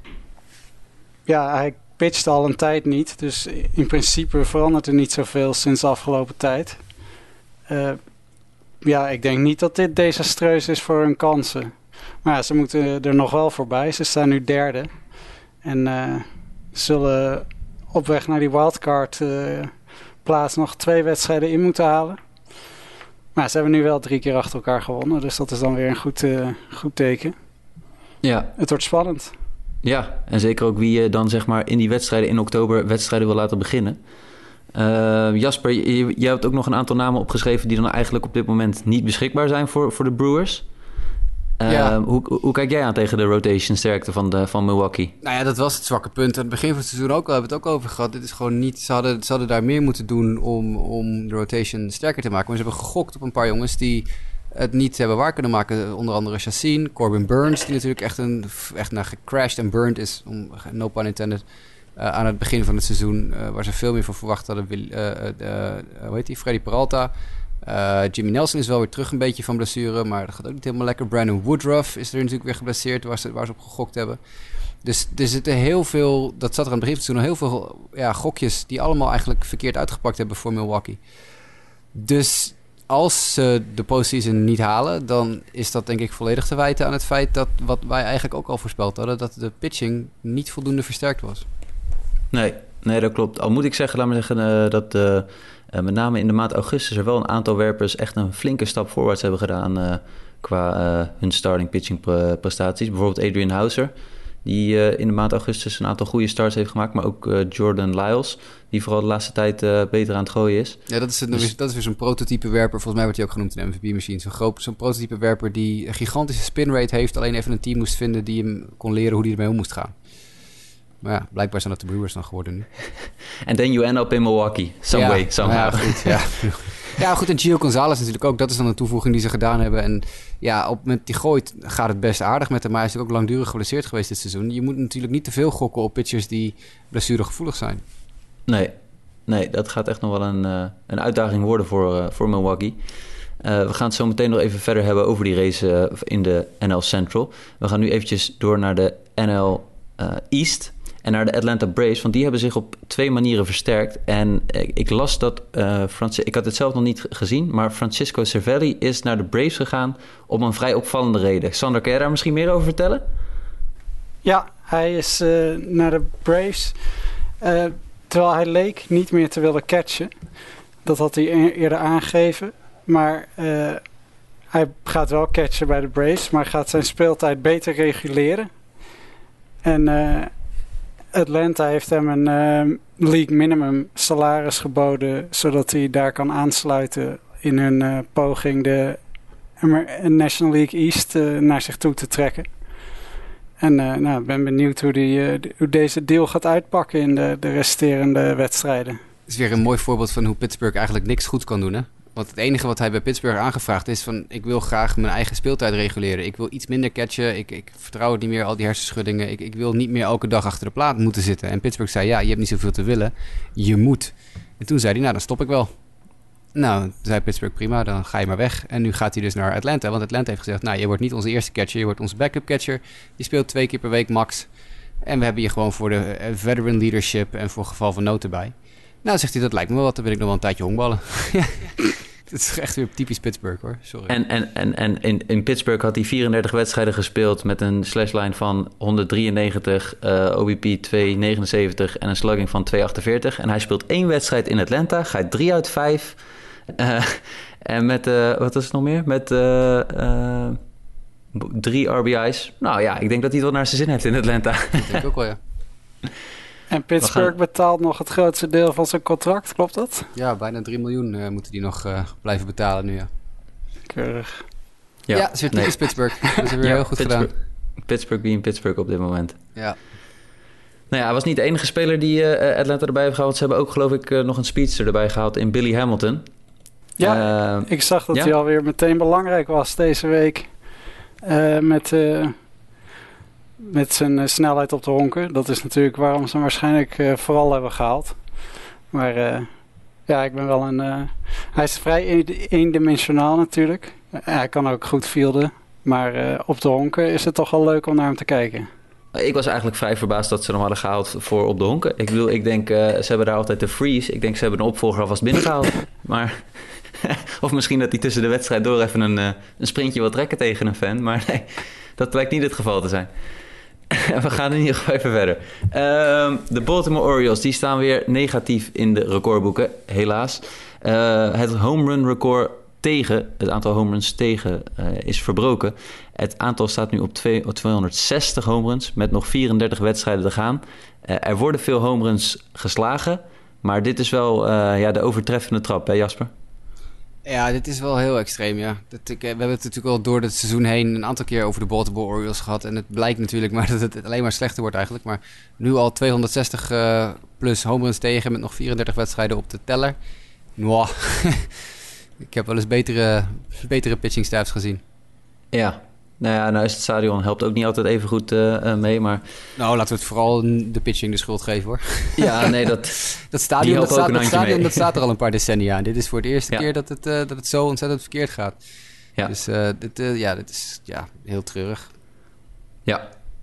Ja, hij pitcht al een tijd niet, dus in principe verandert er niet zoveel sinds de afgelopen tijd. Uh, ja, ik denk niet dat dit desastreus is voor hun kansen. Maar ja, ze moeten er nog wel voorbij. Ze staan nu derde. En uh, zullen op weg naar die wildcard uh, plaats nog twee wedstrijden in moeten halen. Maar ze hebben nu wel drie keer achter elkaar gewonnen. Dus dat is dan weer een goed, uh, goed teken. Ja. Het wordt spannend. Ja, en zeker ook wie je dan zeg maar in die wedstrijden in oktober wedstrijden wil laten beginnen. Uh, Jasper, jij hebt ook nog een aantal namen opgeschreven die dan eigenlijk op dit moment niet beschikbaar zijn voor, voor de Brewers. Uh, ja. hoe, hoe kijk jij aan tegen de rotation sterkte van, de, van Milwaukee? Nou ja, dat was het zwakke punt. Aan het begin van het seizoen ook al, hebben we het ook over gehad. Dit is gewoon niet, ze, hadden, ze hadden daar meer moeten doen om, om de rotation sterker te maken. Maar ze hebben gegokt op een paar jongens die het niet hebben waar kunnen maken. Onder andere Chacín, Corbin Burns, die natuurlijk echt, een, echt nou, gecrashed en burned is, om, no pun intended, uh, aan het begin van het seizoen, uh, waar ze veel meer van verwacht hadden. Uh, uh, uh, hoe heet die? Freddy Peralta. Uh, Jimmy Nelson is wel weer terug een beetje van blessure, maar dat gaat ook niet helemaal lekker. Brandon Woodruff is er natuurlijk weer geblesseerd, waar ze, waar ze op gegokt hebben. Dus er zitten heel veel, dat zat er aan het begin van het seizoen, heel veel ja, gokjes die allemaal eigenlijk verkeerd uitgepakt hebben voor Milwaukee. Dus als ze de postseason niet halen, dan is dat denk ik volledig te wijten aan het feit dat, wat wij eigenlijk ook al voorspeld hadden, dat de pitching niet voldoende versterkt was. Nee, nee, dat klopt. Al moet ik zeggen, laat maar zeggen, uh, dat uh, uh, met name in de maand augustus er wel een aantal werpers echt een flinke stap voorwaarts hebben gedaan uh, qua uh, hun starting pitching pre- prestaties. Bijvoorbeeld Adrian Houser, die uh, in de maand augustus een aantal goede starts heeft gemaakt. Maar ook uh, Jordan Lyles, die vooral de laatste tijd uh, beter aan het gooien is. Ja, dat is, het, dus... dat is weer zo'n prototype werper. Volgens mij wordt hij ook genoemd in de M V P-machine. Zo'n, groot, zo'n prototype werper die een gigantische spin rate heeft. Alleen even een team moest vinden die hem kon leren hoe hij ermee om moest gaan. Maar ja, blijkbaar zijn dat de Brewers dan geworden nu. En then you end up in Milwaukee. Some ja, way, somehow. Ja, goed. Ja. ja, goed. En Gio Gonzalez natuurlijk ook. Dat is dan een toevoeging die ze gedaan hebben. En ja, op het moment die gooit gaat het best aardig met hem. Maar hij is ook langdurig geblesseerd geweest dit seizoen. Je moet natuurlijk niet te veel gokken op pitchers die blessuregevoelig zijn. Nee, nee, dat gaat echt nog wel een, uh, een uitdaging worden voor, uh, voor Milwaukee. Uh, we gaan het zo meteen nog even verder hebben over die race uh, in de N L Central. We gaan nu eventjes door naar de N L uh, East en naar de Atlanta Braves, want die hebben zich op twee manieren versterkt. En ik, ik las dat, uh, Francis, ik had het zelf nog niet gezien, maar Francisco Cervelli is naar de Braves gegaan om een vrij opvallende reden. Sander, kan jij daar misschien meer over vertellen? Ja, hij is uh, naar de Braves, uh, terwijl hij leek niet meer te willen catchen. Dat had hij e- eerder aangegeven. Maar uh, hij gaat wel catchen bij de Braves, maar gaat zijn speeltijd beter reguleren. En uh, Atlanta heeft hem een uh, league minimum salaris geboden, zodat hij daar kan aansluiten in hun uh, poging de National League East uh, naar zich toe te trekken. En uh, nou, ik ben benieuwd hoe, die, uh, hoe deze deal gaat uitpakken in de, de resterende wedstrijden. Het is weer een mooi voorbeeld van hoe Pittsburgh eigenlijk niks goed kan doen, hè? Want het enige wat hij bij Pittsburgh aangevraagd is van... ik wil graag mijn eigen speeltijd reguleren. Ik wil iets minder catchen. Ik, ik vertrouw het niet meer, al die hersenschuddingen. Ik, ik wil niet meer elke dag achter de plaat moeten zitten. En Pittsburgh zei, ja, je hebt niet zoveel te willen. Je moet. En toen zei hij, nou, dan stop ik wel. Nou, toen zei Pittsburgh, prima, dan ga je maar weg. En nu gaat hij dus naar Atlanta. Want Atlanta heeft gezegd, nou, je wordt niet onze eerste catcher. Je wordt onze backup catcher. Je speelt twee keer per week max. En we hebben je gewoon voor de veteran leadership en voor geval van nood erbij. Nou, zegt hij, dat lijkt me wel wat. Dan wil ik nog wel een tijdje honkballen. Het is echt weer typisch Pittsburgh, hoor. Sorry. En, en, en, en in, in Pittsburgh had hij vierendertig wedstrijden gespeeld met een slashline van honderddrieënnegentig, uh, O B P tweehonderdnegenenzeventig en een slugging van tweehonderdachtenveertig. En hij speelt één wedstrijd in Atlanta, gaat drie uit vijf. Uh, en met, uh, wat is het nog meer? Met uh, uh, drie R B I's. Nou ja, ik denk dat hij het wel naar zijn zin heeft in Atlanta. Dat denk ik ook wel, ja. En Pittsburgh gaan... betaalt nog het grootste deel van zijn contract, klopt dat? Ja, bijna drie miljoen uh, moeten die nog uh, blijven betalen nu, ja. Keurig. Ja, ja, het is weer typisch nee. Pittsburgh. Dat is weer ja, heel goed Pittsburgh, gedaan. Pittsburgh being Pittsburgh op dit moment. Ja. Nou ja, hij was niet de enige speler die uh, Atlanta erbij heeft gehaald. Ze hebben ook, geloof ik, uh, nog een speedster erbij gehaald in Billy Hamilton. Ja, uh, ik zag dat ja? hij alweer meteen belangrijk was deze week. Uh, met... Uh, Met zijn uh, snelheid op de honken. Dat is natuurlijk waarom ze hem waarschijnlijk uh, vooral hebben gehaald. Maar uh, ja, ik ben wel een... Uh, hij is vrij eendimensionaal natuurlijk. Uh, hij kan ook goed fielden. Maar uh, op de honken is het toch wel leuk om naar hem te kijken. Ik was eigenlijk vrij verbaasd dat ze hem hadden gehaald voor op de honken. Ik bedoel, ik denk, uh, ze hebben daar altijd de freeze. Ik denk, ze hebben een opvolger alvast binnengehaald. Maar... of misschien dat hij tussen de wedstrijd door even een, uh, een sprintje wil trekken tegen een fan. Maar nee, dat blijkt niet het geval te zijn. We gaan in ieder geval even verder. Uh, de Baltimore Orioles die staan weer negatief in de recordboeken, helaas. Uh, het home run record tegen, het aantal home runs tegen uh, is verbroken. Het aantal staat nu op tweehonderdzestig home runs met nog vierendertig wedstrijden te gaan. Uh, er worden veel home runs geslagen, maar dit is wel uh, ja, de overtreffende trap, hè Jasper? Ja, dit is wel heel extreem, ja. Dat ik, we hebben het natuurlijk al door het seizoen heen een aantal keer over de Baltimore Orioles gehad. En het blijkt natuurlijk maar dat het alleen maar slechter wordt eigenlijk. Maar nu al tweehonderdzestig uh, plus home runs tegen met nog vierendertig wedstrijden op de teller. Mwah. Ik heb wel eens betere, betere pitching staffs gezien. Ja, nou ja, nou is het stadion helpt ook niet altijd even goed uh, mee, maar... Nou, laten we het vooral de pitching de schuld geven, hoor. Ja, nee, dat... dat stadion, dat staat, dat, stadion dat staat er al een paar decennia aan. Dit is voor de eerste ja. keer dat het, uh, dat het zo ontzettend verkeerd gaat. Ja. Dus uh, dit, uh, ja, dit is ja, heel treurig. Ja.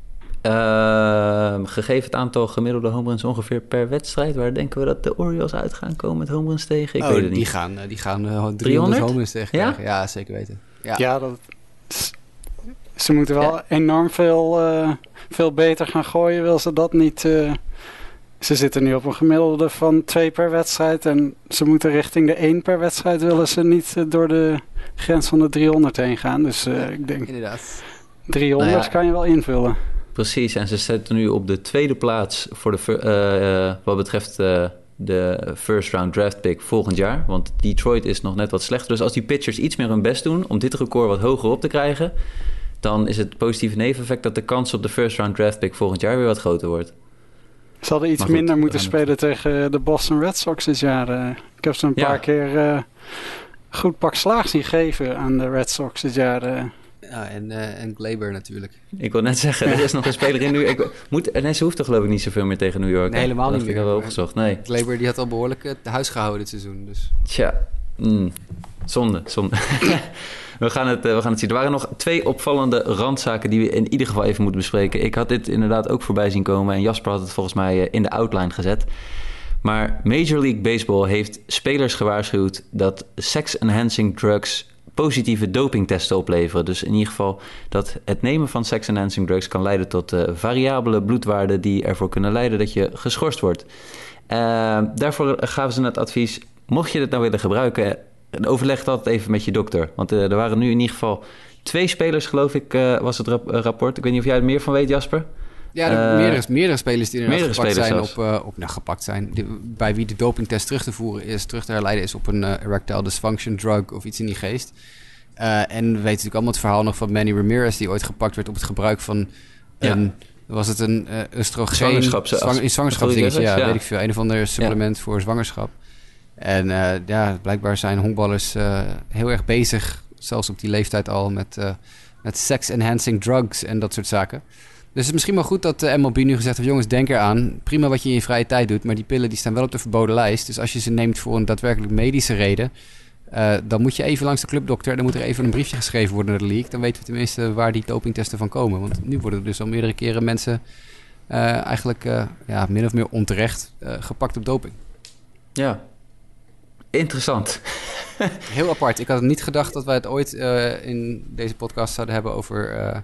Uh, gegeven het aantal gemiddelde home runs ongeveer per wedstrijd, waar denken we dat de Orioles uit gaan komen met home runs tegen? Ik oh, weet het die niet. Gaan, die gaan uh, driehonderd home runs tegen ja? krijgen. Ja, zeker weten. Ja, ja dat... Ze moeten wel ja. enorm veel, uh, veel beter gaan gooien, wil ze dat niet uh, Ze zitten nu op een gemiddelde van twee per wedstrijd. En ze moeten richting de één per wedstrijd. Willen ze niet uh, door de grens van de driehonderd heen gaan. Dus uh, ik denk Inderdaad. driehonderd nou ja, kan je wel invullen. Precies, en ze zitten nu op de tweede plaats voor de, uh, uh, wat betreft uh, de first round draft pick volgend jaar. Want Detroit is nog net wat slechter. Dus als die pitchers iets meer hun best doen om dit record wat hoger op te krijgen, dan is het positieve neveneffect dat de kans op de first round draft pick volgend jaar weer wat groter wordt. Ze hadden iets goed, minder moeten spelen het... tegen de Boston Red Sox dit jaar. Uh, ik heb ze een ja. paar keer uh, goed pak slaag zien geven aan de Red Sox dit jaar. Uh. Ja, en, uh, en Gleyber natuurlijk. Ik wil net zeggen, er is nog een speler in New York. Ik moet, nee, ze hoeft toch geloof ik niet zoveel meer tegen New York. Nee, helemaal niet meer. Ik heb wel opgezocht, nee. Gleyber die had al behoorlijk het huis gehouden dit seizoen. Dus. Tja, mm, zonde, zonde. we, gaan het, uh, we gaan het zien. Er waren nog twee opvallende randzaken die we in ieder geval even moeten bespreken. Ik had dit inderdaad ook voorbij zien komen en Jasper had het volgens mij uh, in de outline gezet. Maar Major League Baseball heeft spelers gewaarschuwd dat sex-enhancing drugs positieve dopingtesten opleveren. Dus in ieder geval dat het nemen van sex-enhancing drugs kan leiden tot uh, variabele bloedwaarden die ervoor kunnen leiden dat je geschorst wordt. Uh, daarvoor gaven ze het advies, mocht je dit nou willen gebruiken, overleg dat even met je dokter. Want uh, er waren nu in ieder geval twee spelers, geloof ik, uh, was het rap- rapport. Ik weet niet of jij er meer van weet, Jasper? Ja, er uh, meerdere, meerdere spelers die er gepakt zijn, op, uh, op, nou, gepakt zijn. Die, bij wie de dopingtest terug te voeren is, terug te herleiden is op een uh, erectile dysfunction drug of iets in die geest. Uh, en we weten natuurlijk allemaal het verhaal nog van Manny Ramirez, die ooit gepakt werd op het gebruik van een, ja. was het een uh, oestrogeen? Zwangerschap, zwang, een zwangerschapsdingetje, ja, ja, weet ik veel. Een of ander supplement ja. voor zwangerschap. En uh, ja, blijkbaar zijn honkballers uh, heel erg bezig, zelfs op die leeftijd al, met, uh, met sex-enhancing drugs en dat soort zaken. Dus het is misschien wel goed dat de M L B nu gezegd heeft, jongens, denk eraan. Prima wat je in je vrije tijd doet, maar die pillen die staan wel op de verboden lijst. Dus als je ze neemt voor een daadwerkelijk medische reden, uh, dan moet je even langs de clubdokter. Dan moet er even een briefje geschreven worden naar de league. Dan weten we tenminste waar die dopingtesten van komen. Want nu worden er dus al meerdere keren mensen uh, eigenlijk uh, ja, min of meer onterecht uh, gepakt op doping. Ja, interessant. Heel apart. Ik had niet gedacht dat wij het ooit uh, in deze podcast zouden hebben over uh,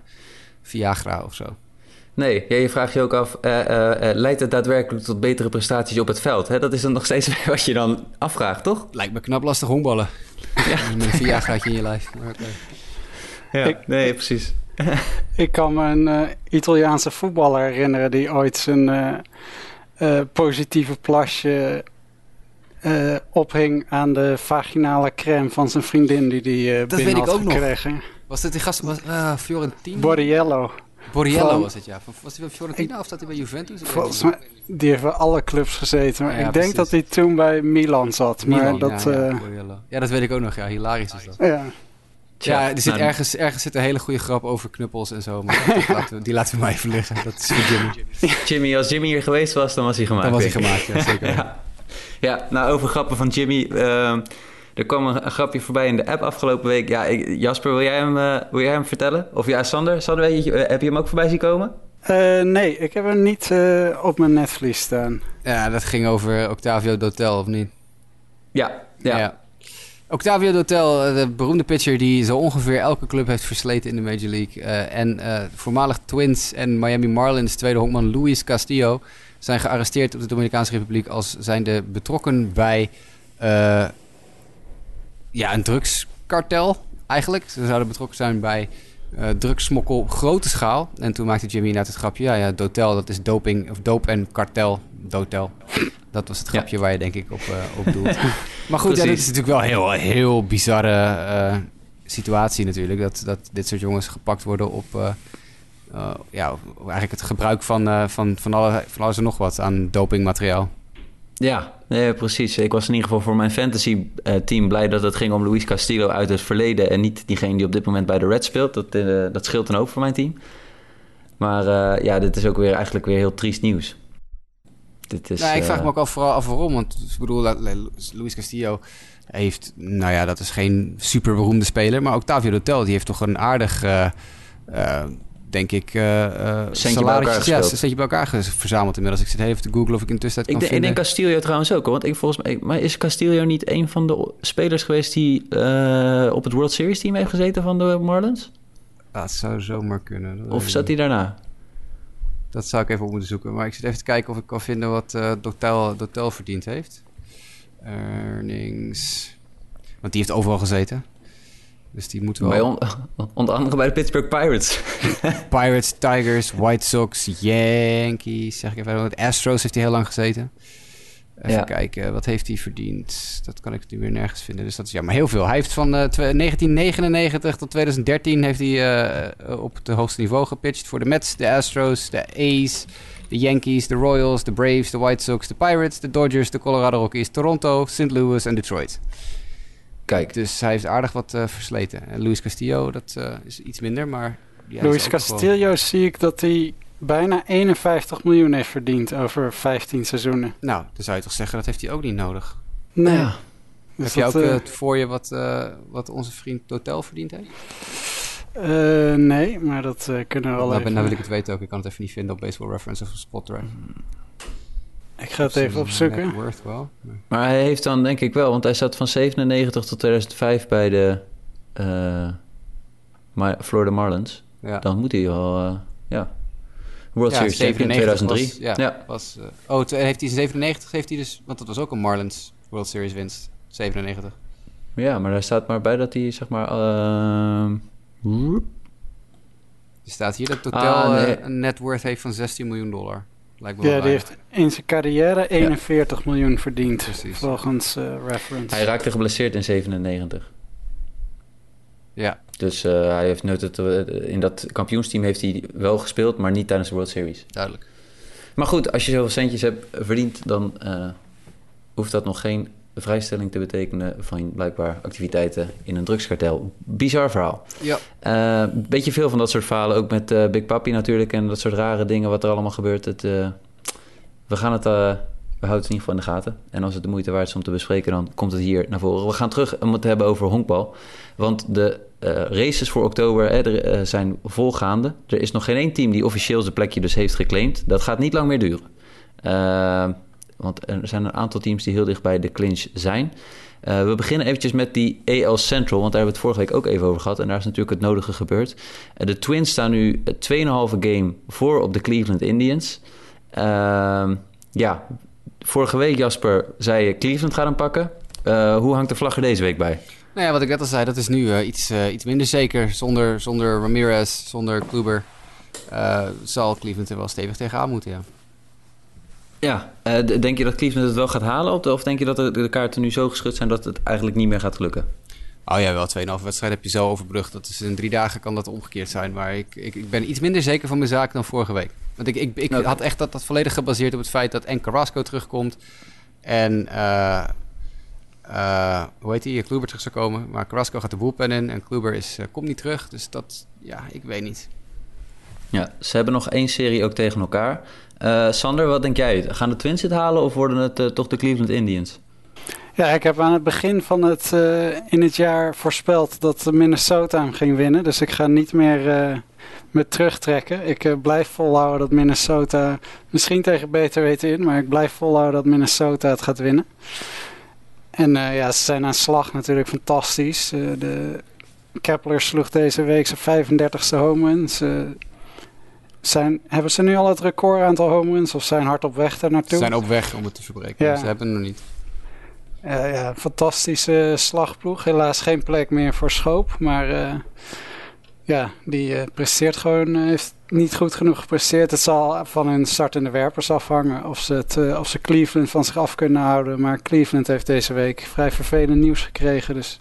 Viagra of zo. Nee, ja, je vraagt je ook af, uh, uh, uh, leidt het daadwerkelijk tot betere prestaties op het veld? Hè? Dat is dan nog steeds wat je dan afvraagt, toch? Lijkt me knap lastig honkballen. Ja. Met een Viagraatje in je lijf. Maar okay. Ja, ik, nee, precies. Ik kan me een uh, Italiaanse voetballer herinneren die ooit zijn uh, uh, positieve plasje uh, ophing aan de vaginale crème van zijn vriendin die die uh, binnen had gekregen. Nog. Was dit die gast? Was, uh, Fiorentino? Borriello. Borriello van, was het, ja. Was hij bij Fiorentina ik, of zat hij bij Juventus? Volgens mij, die heeft bij alle clubs gezeten. Maar ja, ik precies. denk dat hij toen bij Milan zat. Milan, maar dat, ja, ja, uh, ja, dat weet ik ook nog. Ja, hilarisch is dat. Ja, ja er zit nou, ergens, ergens zit een hele goede grap over knuppels en zo. Maar die, laten we, die laten we maar even liggen. Dat is voor Jimmy. Jimmy, als Jimmy hier geweest was, dan was hij gemaakt. Dan was hij gemaakt, ja, zeker. ja. ja, nou over grappen van Jimmy. Uh, Er kwam een, een grapje voorbij in de app afgelopen week. Ja, ik, Jasper, wil jij, hem, uh, wil jij hem vertellen? Of ja, Sander, Sander weet je, uh, heb je hem ook voorbij zien komen? Uh, nee, ik heb hem niet uh, op mijn netvlies staan. Ja, dat ging over Octavio Dotel, of niet? Ja, ja. ja. Octavio Dotel, de beroemde pitcher die zo ongeveer elke club heeft versleten in de Major League. Uh, en uh, voormalig Twins en Miami Marlins tweede honkman Luis Castillo zijn gearresteerd op de Dominicaanse Republiek als zijnde betrokken bij Uh, Ja, een drugskartel eigenlijk. Ze zouden betrokken zijn bij uh, drugssmokkel op grote schaal. En toen maakte Jimmy inderdaad het grapje. Ja, ja, Dotel, dat is doping, of dope en kartel. Dotel. Dat was het grapje ja. waar je denk ik op, uh, op doelt. Maar goed, ja, dit is natuurlijk wel een heel, heel bizarre uh, situatie natuurlijk. Dat, dat dit soort jongens gepakt worden op uh, uh, ja, eigenlijk het gebruik van, uh, van, van, alle, van alles en nog wat aan dopingmateriaal. Ja, nee, precies. Ik was in ieder geval voor mijn fantasy uh, team blij dat het ging om Luis Castillo uit het verleden en niet diegene die op dit moment bij de Reds speelt. Dat, uh, dat scheelt een hoop voor mijn team. Maar uh, ja, dit is ook weer eigenlijk weer heel triest nieuws. Dit is, nou, ik vraag uh, me ook af, vooral af waarom. Want ik bedoel, Luis Castillo heeft, nou ja, dat is geen super beroemde speler. Maar Octavio Dotel, die heeft toch een aardig, uh, uh, denk ik, uh, uh, salaris. Ja, zet je bij elkaar verzameld inmiddels. Ik zit even te googlen of ik intussen kan ik de, vinden. Ik denk Castillo trouwens ook. Want ik volgens mij, maar is Castillo niet een van de spelers geweest die uh, op het World Series team heeft gezeten van de Marlins? Dat zou zomaar kunnen. Of zat hij daarna? Dat zou ik even op moeten zoeken. Maar ik zit even te kijken of ik kan vinden wat uh, Dotel, Dotel verdiend heeft. Earnings. Want die heeft overal gezeten. Dus die moeten wel... Bij on, onder andere bij de Pittsburgh Pirates. Pirates, Tigers, White Sox, Yankees. Zeg ik even. Want Astros heeft hij heel lang gezeten. Even ja. kijken, wat heeft hij verdiend? Dat kan ik nu weer nergens vinden. Dus dat is ja, maar heel veel. Hij heeft van uh, negentien negenennegentig tot twintig dertien heeft hij uh, op het hoogste niveau gepitcht voor de Mets, de Astros, de A's, de Yankees, de Royals, de Braves, de White Sox, de Pirates, de Dodgers, de Colorado Rockies, Toronto, Saint Louis en Detroit. Kijk. Dus hij heeft aardig wat uh, versleten. En Luis Castillo, dat uh, is iets minder, maar... Ja, Luis Castillo wel... zie ik dat hij bijna eenenvijftig miljoen heeft verdiend over vijftien seizoenen. Nou, dan zou je toch zeggen, dat heeft hij ook niet nodig. Nee. Ja. Dus heb je ook uh, voor je wat, uh, wat onze vriend Totel verdiend heeft? Uh, nee, maar dat uh, kunnen we wel nou, even... Nou wil ik het weten ook. Ik kan het even niet vinden op Baseball Reference of Spotrac. Ik ga het even opzoeken. Worth wel, maar... maar hij heeft dan denk ik wel, want hij zat van zevenennegentig tot tweeduizend vijf bij de uh, Florida Marlins. Ja. Dan moet hij wel, uh, ja... World ja, Series champion in tweeduizend drie. Was, ja, ja. Was, uh, oh, t- heeft hij in zevenennegentig heeft hij dus... Want dat was ook een Marlins World Series winst. zevenennegentig. Ja, maar daar staat maar bij dat hij, zeg maar... Uh, er staat hier dat totaal ah, nee. uh, een net worth heeft van zestien miljoen dollar. Lijkt me ja, wel die heeft in zijn carrière eenenveertig ja. miljoen verdiend. Precies. Volgens uh, Reference. Hij raakte geblesseerd in zevenennegentig. Ja. Dus uh, hij heeft nooit het, uh, in dat kampioensteam heeft hij wel gespeeld, maar niet tijdens de World Series. Duidelijk. Maar goed, als je zoveel centjes hebt verdiend, dan uh, hoeft dat nog geen vrijstelling te betekenen van blijkbaar activiteiten in een drugskartel. Bizar verhaal. Ja. Een uh, beetje veel van dat soort verhalen, ook met uh, Big Papi natuurlijk en dat soort rare dingen wat er allemaal gebeurt. Het, uh, we gaan het... Uh, We houden het in ieder geval in de gaten. En als het de moeite waard is om te bespreken, dan komt het hier naar voren. We gaan terug om het te hebben over honkbal. Want de uh, races voor oktober hè, er, uh, zijn volgaande. Er is nog geen één team die officieel zijn plekje dus heeft geclaimd. Dat gaat niet lang meer duren. Uh, want er zijn een aantal teams die heel dicht bij de clinch zijn. Uh, we beginnen eventjes met die A L Central, want daar hebben we het vorige week ook even over gehad. En daar is natuurlijk het nodige gebeurd. Uh, de Twins staan nu twee komma vijf game voor op de Cleveland Indians. Uh, ja... Vorige week, Jasper, zei je Cleveland gaat hem pakken. Uh, hoe hangt de vlag er deze week bij? Nou ja, wat ik net al zei, dat is nu uh, iets, uh, iets minder zeker. Zonder, zonder Ramirez, zonder Kluber uh, zal Cleveland er wel stevig tegenaan moeten, ja. Ja, uh, denk je dat Cleveland het wel gaat halen? Of denk je dat de, de kaarten nu zo geschud zijn dat het eigenlijk niet meer gaat lukken? Oh ja, wel twee komma vijf wedstrijden heb je zo overbrugd. Dat is in drie dagen kan dat omgekeerd zijn. Maar ik, ik, ik ben iets minder zeker van mijn zaak dan vorige week. Want ik, ik, ik okay. had echt dat, dat volledig gebaseerd op het feit dat en Carrasco terugkomt. En uh, uh, hoe heet die? Kluber terug zou komen. Maar Carrasco gaat de bullpen in en Kluber is, uh, komt niet terug. Dus dat, ja, ik weet niet. Ja, ze hebben nog één serie ook tegen elkaar. Uh, Sander, wat denk jij? Gaan de Twins het halen of worden het uh, toch de Cleveland Indians? Ja, ik heb aan het begin van het uh, in het jaar voorspeld dat Minnesota hem ging winnen. Dus ik ga niet meer uh, me terugtrekken. Ik uh, blijf volhouden dat Minnesota, misschien tegen beter weten in, maar ik blijf volhouden dat Minnesota het gaat winnen. En uh, ja, ze zijn aan slag natuurlijk fantastisch. Uh, de Kepler sloeg deze week zijn vijfendertigste home runs. Uh, zijn, hebben ze nu al het record aantal home runs of zijn hard op weg daar naartoe? Ze zijn op weg om het te verbreken, ja. Ze hebben het nog niet. Uh, ja, fantastische slagploeg. Helaas geen plek meer voor Schoop. Maar uh, ja, die uh, presteert gewoon, uh, heeft niet goed genoeg gepresteerd. Het zal van hun startende werpers afhangen of ze, het, uh, of ze Cleveland van zich af kunnen houden. Maar Cleveland heeft deze week vrij vervelend nieuws gekregen. Dus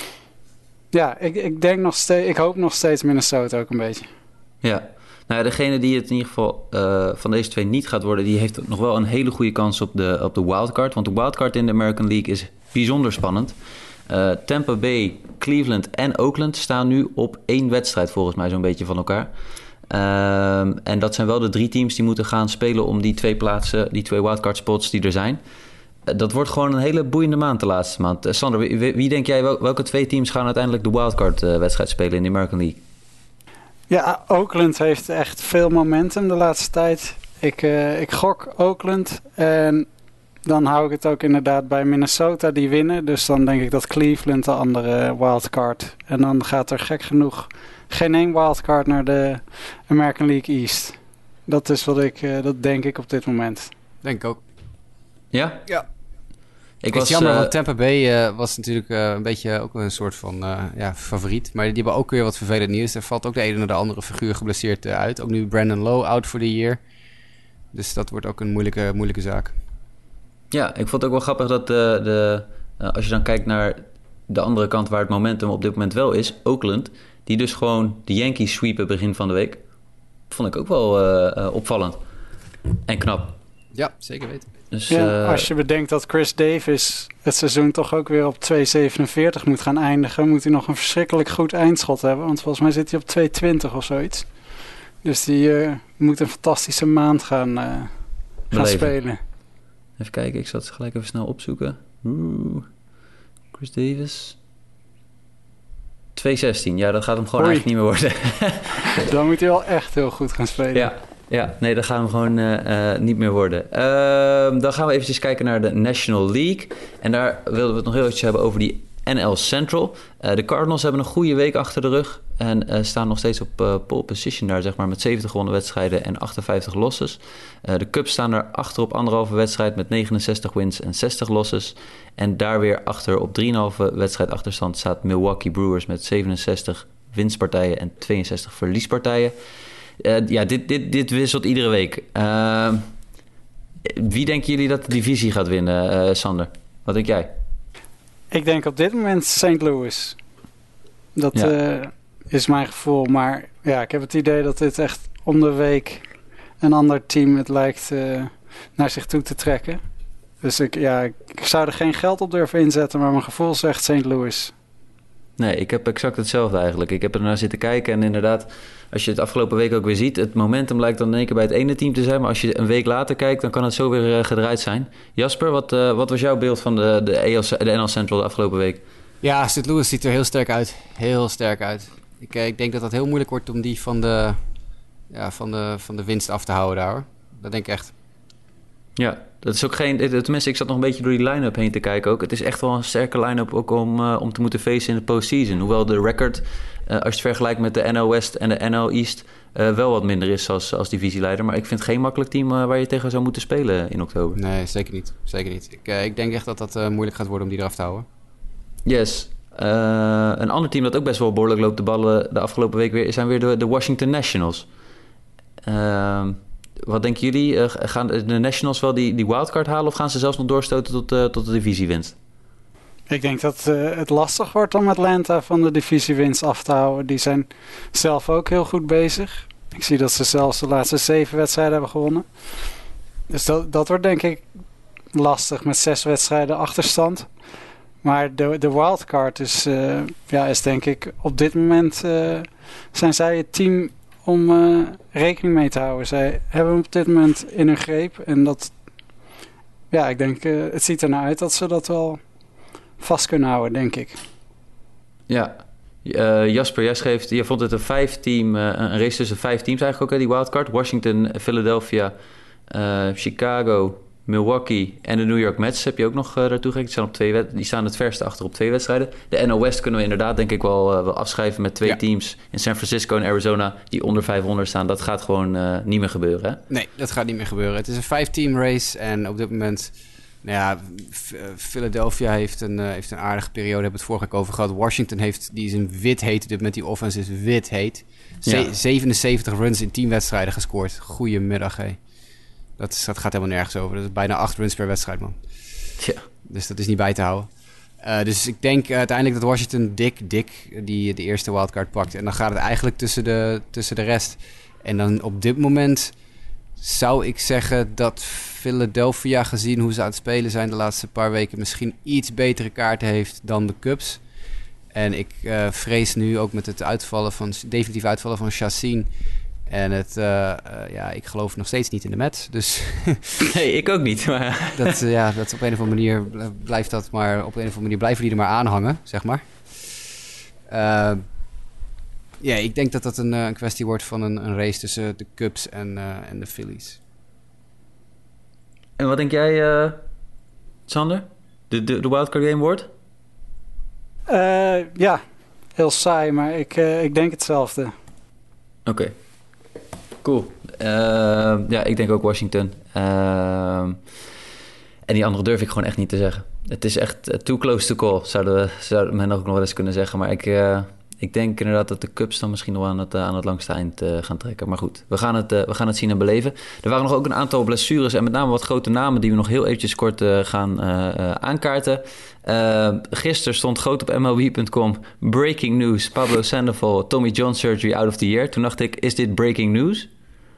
ja, ik, ik denk nog steeds, ik hoop nog steeds Minnesota ook een beetje. Ja. Nou, degene die het in ieder geval uh, van deze twee niet gaat worden, die heeft nog wel een hele goede kans op de, op de wildcard. Want de wildcard in de American League is bijzonder spannend. Uh, Tampa Bay, Cleveland en Oakland staan nu op één wedstrijd volgens mij zo'n beetje van elkaar. Uh, en dat zijn wel de drie teams die moeten gaan spelen om die twee plaatsen, die twee wildcard spots die er zijn. Uh, dat wordt gewoon een hele boeiende maand de laatste maand. Uh, Sander, wie, wie denk jij, wel, welke twee teams gaan uiteindelijk de wildcard uh, wedstrijd spelen in de American League? Ja, Oakland heeft echt veel momentum de laatste tijd. Ik, uh, ik gok Oakland en dan hou ik het ook inderdaad bij Minnesota die winnen. Dus dan denk ik dat Cleveland de andere wildcard. En dan gaat er gek genoeg geen één wildcard naar de American League East. Dat is wat ik, uh, dat denk ik op dit moment. Denk ik ook. Ja? Ja. Ik was, was jammer, uh, want Tampa Bay uh, was natuurlijk uh, een beetje ook een soort van uh, ja, favoriet. Maar die hebben ook weer wat vervelend nieuws. Er valt ook de ene naar de andere figuur geblesseerd uh, uit. Ook nu Brandon Lowe out for the year. Dus dat wordt ook een moeilijke, moeilijke zaak. Ja, ik vond het ook wel grappig dat de, de, uh, als je dan kijkt naar de andere kant waar het momentum op dit moment wel is, Oakland, die dus gewoon de Yankees sweepen begin van de week, vond ik ook wel uh, uh, opvallend en knap. Ja, zeker weten. Dus, ja, uh, als je bedenkt dat Chris Davis het seizoen toch ook weer op twee zevenenveertig moet gaan eindigen, moet hij nog een verschrikkelijk goed eindschot hebben. Want volgens mij zit hij op twee twintig of zoiets. Dus die uh, moet een fantastische maand gaan, uh, gaan spelen. Even kijken, ik zal het gelijk even snel opzoeken. Oeh. Chris Davis. twee zestien, ja, dat gaat hem gewoon Oei. eigenlijk niet meer worden. Dan moet hij wel echt heel goed gaan spelen. Ja. Ja, nee, dat gaan we gewoon uh, uh, niet meer worden. Uh, dan gaan we eventjes kijken naar de National League. En daar wilden we het nog heel eventjes hebben over die N L Central. Uh, de Cardinals hebben een goede week achter de rug. En uh, staan nog steeds op uh, pole position daar, zeg maar, met zeventig gewonnen wedstrijden en achtenvijftig losses. Uh, de Cubs staan er achter op anderhalve wedstrijd met negenenzestig wins en zestig losses. En daar weer achter op drieënhalve wedstrijd achterstand staat Milwaukee Brewers met zevenenzestig winstpartijen en tweeënzestig verliespartijen. Uh, ja, dit, dit, dit wisselt iedere week. Uh, wie denken jullie dat de divisie gaat winnen, uh, Sander? Wat denk jij? Ik denk op dit moment Saint Louis. Dat ja. uh, is mijn gevoel. Maar ja, ik heb het idee dat dit echt om de week een ander team het lijkt uh, naar zich toe te trekken. Dus ik, ja, ik zou er geen geld op durven inzetten, maar mijn gevoel zegt Saint Louis. Nee, ik heb exact hetzelfde eigenlijk. Ik heb er naar zitten kijken en inderdaad, als je het afgelopen week ook weer ziet, het momentum lijkt dan in één keer bij het ene team te zijn, maar als je een week later kijkt, dan kan het zo weer uh, gedraaid zijn. Jasper, wat, uh, wat was jouw beeld van de, de, E L, de N L Central de afgelopen week? Ja, Saint Louis ziet er heel sterk uit. Heel sterk uit. Ik, ik denk dat het heel moeilijk wordt om die van de, ja, van de, van de winst af te houden daar, hoor. Dat denk ik echt. Ja, dat is ook geen... Tenminste, ik zat nog een beetje door die line-up heen te kijken ook. Het is echt wel een sterke line-up ook om, uh, om te moeten facen in de postseason. Hoewel de record, uh, als je het vergelijkt met de N L West en de N L East, uh, wel wat minder is als, als divisieleider. Maar ik vind het geen makkelijk team uh, waar je tegen zou moeten spelen in oktober. Nee, zeker niet. Zeker niet. Ik, uh, ik denk echt dat dat uh, moeilijk gaat worden om die eraf te houden. Yes. Uh, een ander team dat ook best wel behoorlijk loopt de ballen de afgelopen week weer, zijn weer de, de Washington Nationals. Uh, Wat denken jullie? Uh, gaan de Nationals wel die, die wildcard halen of gaan ze zelfs nog doorstoten tot, uh, tot de divisiewinst? Ik denk dat uh, het lastig wordt om Atlanta van de divisiewinst af te houden. Die zijn zelf ook heel goed bezig. Ik zie dat ze zelfs de laatste zeven wedstrijden hebben gewonnen. Dus dat, dat wordt denk ik lastig met zes wedstrijden achterstand. Maar de, de wildcard is, uh, ja, is denk ik op dit moment uh, zijn zij het team om uh, rekening mee te houden. Zij hebben hem op dit moment in hun greep. En dat, ja, ik denk, uh, het ziet er naar uit dat ze dat wel vast kunnen houden, denk ik. Ja, uh, Jasper, jij schreef, je vond het een vijf team, uh, een race tussen vijf teams eigenlijk ook, hè, die wildcard. Washington, Philadelphia, uh, Chicago, Milwaukee en de New York Mets heb je ook nog uh, daartoe gekregen. Die staan, op twee wed- die staan het verste achter op twee wedstrijden. De N L West kunnen we inderdaad denk ik wel, uh, wel afschrijven met twee ja. teams in San Francisco en Arizona die onder vijfhonderd staan. Dat gaat gewoon uh, niet meer gebeuren, hè? Nee, dat gaat niet meer gebeuren. Het is een vijf-team race en op dit moment, nou ja, Philadelphia heeft een, uh, heeft een aardige periode, hebben we het vorige keer over gehad. Washington heeft, die is een wit heet, dit met die offense is wit heet. Ze- ja. zevenenzeventig runs in tien wedstrijden gescoord. Goedemiddag, hé. Dat, is, dat gaat helemaal nergens over. Dat is bijna acht runs per wedstrijd, man. Ja. Dus dat is niet bij te houden. Uh, dus ik denk uh, uiteindelijk dat Washington dik, dik die de eerste wildcard pakt. En dan gaat het eigenlijk tussen de, tussen de rest. En dan op dit moment zou ik zeggen dat Philadelphia, gezien hoe ze aan het spelen zijn de laatste paar weken, misschien iets betere kaarten heeft dan de Cubs. En ik uh, vrees nu ook met het uitvallen van, definitief uitvallen van Chacín. En het, uh, uh, ja, ik geloof nog steeds niet in de Mets. Dus nee, ik ook niet. Maar dat, uh, ja, dat op een of andere manier blijft dat maar, op een of andere manier blijven die er maar aan hangen, zeg maar. Uh, ja, ik denk dat dat een, een kwestie wordt van een, een race tussen de Cubs en, uh, en de Phillies. En wat denk jij, uh, Sander? De, de, de wildcard game wordt? Uh, ja, heel saai, maar ik, uh, ik denk hetzelfde. Oké. Okay. Cool. Uh, ja, ik denk ook Washington. Uh, en die andere durf ik gewoon echt niet te zeggen. Het is echt uh, too close to call, zouden we zou men ook nog wel eens kunnen zeggen. Maar ik, uh, ik denk inderdaad dat de Cubs dan misschien nog aan het, uh, aan het langste eind uh, gaan trekken. Maar goed, we gaan, het, uh, we gaan het zien en beleven. Er waren nog ook een aantal blessures en met name wat grote namen die we nog heel eventjes kort uh, gaan uh, uh, aankaarten. Uh, gisteren stond groot op M L B punt com breaking news. Pablo Sandoval, Tommy John surgery out of the year. Toen dacht ik, is dit breaking news?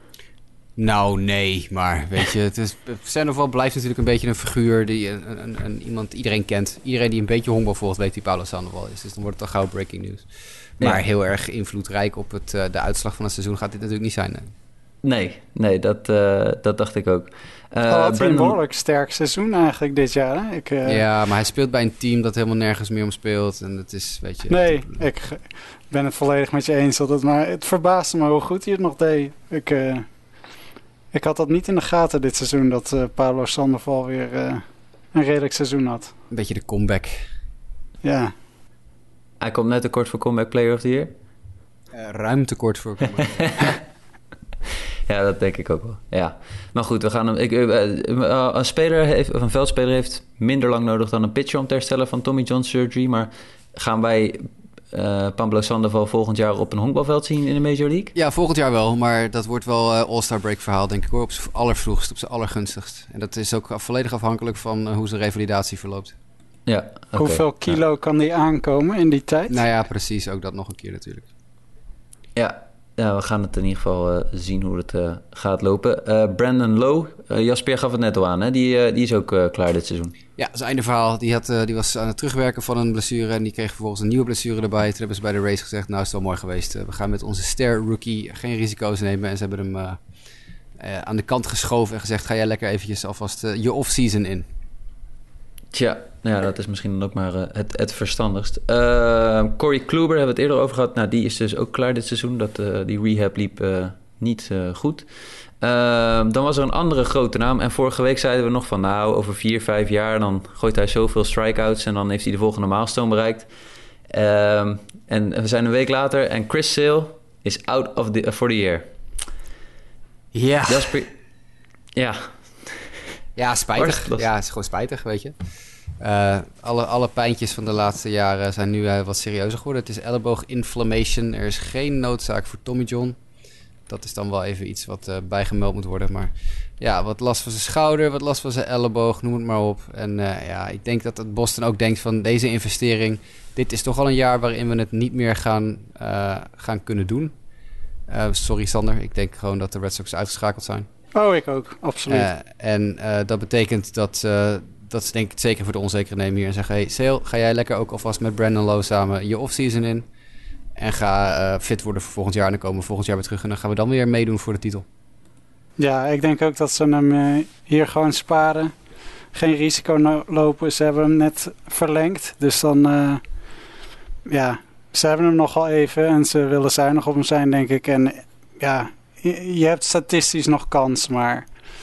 Nou, nee, maar weet je, het is, Sandoval blijft natuurlijk een beetje een figuur die een, een, een, iemand iedereen kent. Iedereen die een beetje honkbal volgt weet wie Pablo Sandoval is. Dus dan wordt het al gauw breaking news. Maar ja. heel erg invloedrijk op het, uh, de uitslag van het seizoen gaat dit natuurlijk niet zijn. Nee, nee, nee dat, uh, dat dacht ik ook. Uh, oh, had Brandon... een behoorlijk sterk seizoen eigenlijk dit jaar. Hè? Ik, uh... Ja, maar hij speelt bij een team dat helemaal nergens meer om speelt. En dat is, weet je... Nee, ik ben het volledig met je eens. Dat het, maar het verbaasde me hoe goed hij het nog deed. Ik... Uh... Ik had dat niet in de gaten dit seizoen, dat uh, Pablo Sandoval weer uh, een redelijk seizoen had. Een beetje de comeback. Ja. Hij komt net tekort voor comeback player of the year? Uh, ruim tekort voor comeback player. Ja, dat denk ik ook wel. Ja. Maar goed, we gaan hem. Ik, uh, uh, een speler heeft, of een veldspeler heeft minder lang nodig dan een pitcher om te herstellen van Tommy John surgery. Maar gaan wij Uh, Pablo Sandoval volgend jaar op een honkbalveld zien in de Major League? Ja, volgend jaar wel. Maar dat wordt wel uh, All-Star break verhaal, denk ik hoor. Op zijn allervroegst, op zijn allergunstigst. En dat is ook volledig afhankelijk van uh, hoe zijn revalidatie verloopt. Ja, okay. Hoeveel kilo ja. kan die aankomen in die tijd? Nou ja, precies. Ook dat nog een keer natuurlijk. Ja, ja we gaan het in ieder geval uh, zien hoe het uh, gaat lopen. Uh, Brandon Lowe, uh, Jasper gaf het net al aan, hè? Die, uh, die is ook uh, klaar dit seizoen. Ja, dat is het einde verhaal. Die, had, uh, die was aan het terugwerken van een blessure en die kreeg vervolgens een nieuwe blessure erbij. Toen hebben ze bij de race gezegd, nou is het wel mooi geweest. Uh, we gaan met onze ster rookie geen risico's nemen. En ze hebben hem uh, uh, aan de kant geschoven en gezegd, ga jij lekker eventjes alvast uh, je off-season in. Tja, nou ja, dat is misschien dan ook maar uh, het, het verstandigst. Uh, Corey Kluber hebben we het eerder over gehad. Nou, die is dus ook klaar dit seizoen. Dat, uh, die rehab liep uh, niet uh, goed. Uh, dan was er een andere grote naam. En vorige week zeiden we nog van... nou, over vier, vijf jaar... dan gooit hij zoveel strikeouts... en dan heeft hij de volgende milestone bereikt. Uh, en we zijn een week later... en Chris Sale is out of the, uh, for the year. Ja. Jasper, ja. Ja, spijtig. Was... Ja, het is gewoon spijtig, weet je. Uh, alle, alle pijntjes van de laatste jaren zijn nu uh, wat serieuzer geworden. Het is elleboog inflammation. Er is geen noodzaak voor Tommy John. Dat is dan wel even iets wat uh, bijgemeld moet worden. Maar ja, wat last van zijn schouder, wat last van zijn elleboog, noem het maar op. En uh, ja, ik denk dat het Boston ook denkt van deze investering... dit is toch al een jaar waarin we het niet meer gaan, uh, gaan kunnen doen. Uh, sorry Sander, ik denk gewoon dat de Red Sox uitgeschakeld zijn. Oh, ik ook, absoluut. Uh, en uh, dat betekent dat, uh, dat ze denk ik het zeker voor de onzekere nemen hier... en zeggen, hey Sale, ga jij lekker ook alvast met Brandon Lowe samen je offseason in... En ga uh, fit worden voor volgend jaar. En dan komen we volgend jaar weer terug. En dan gaan we dan weer meedoen voor de titel. Ja, ik denk ook dat ze hem uh, hier gewoon sparen. Geen risico no- lopen. Ze hebben hem net verlengd. Dus dan... Uh, ja, ze hebben hem nog wel even. En ze willen zuinig op hem zijn, denk ik. En ja, je, je hebt statistisch nog kans. Maar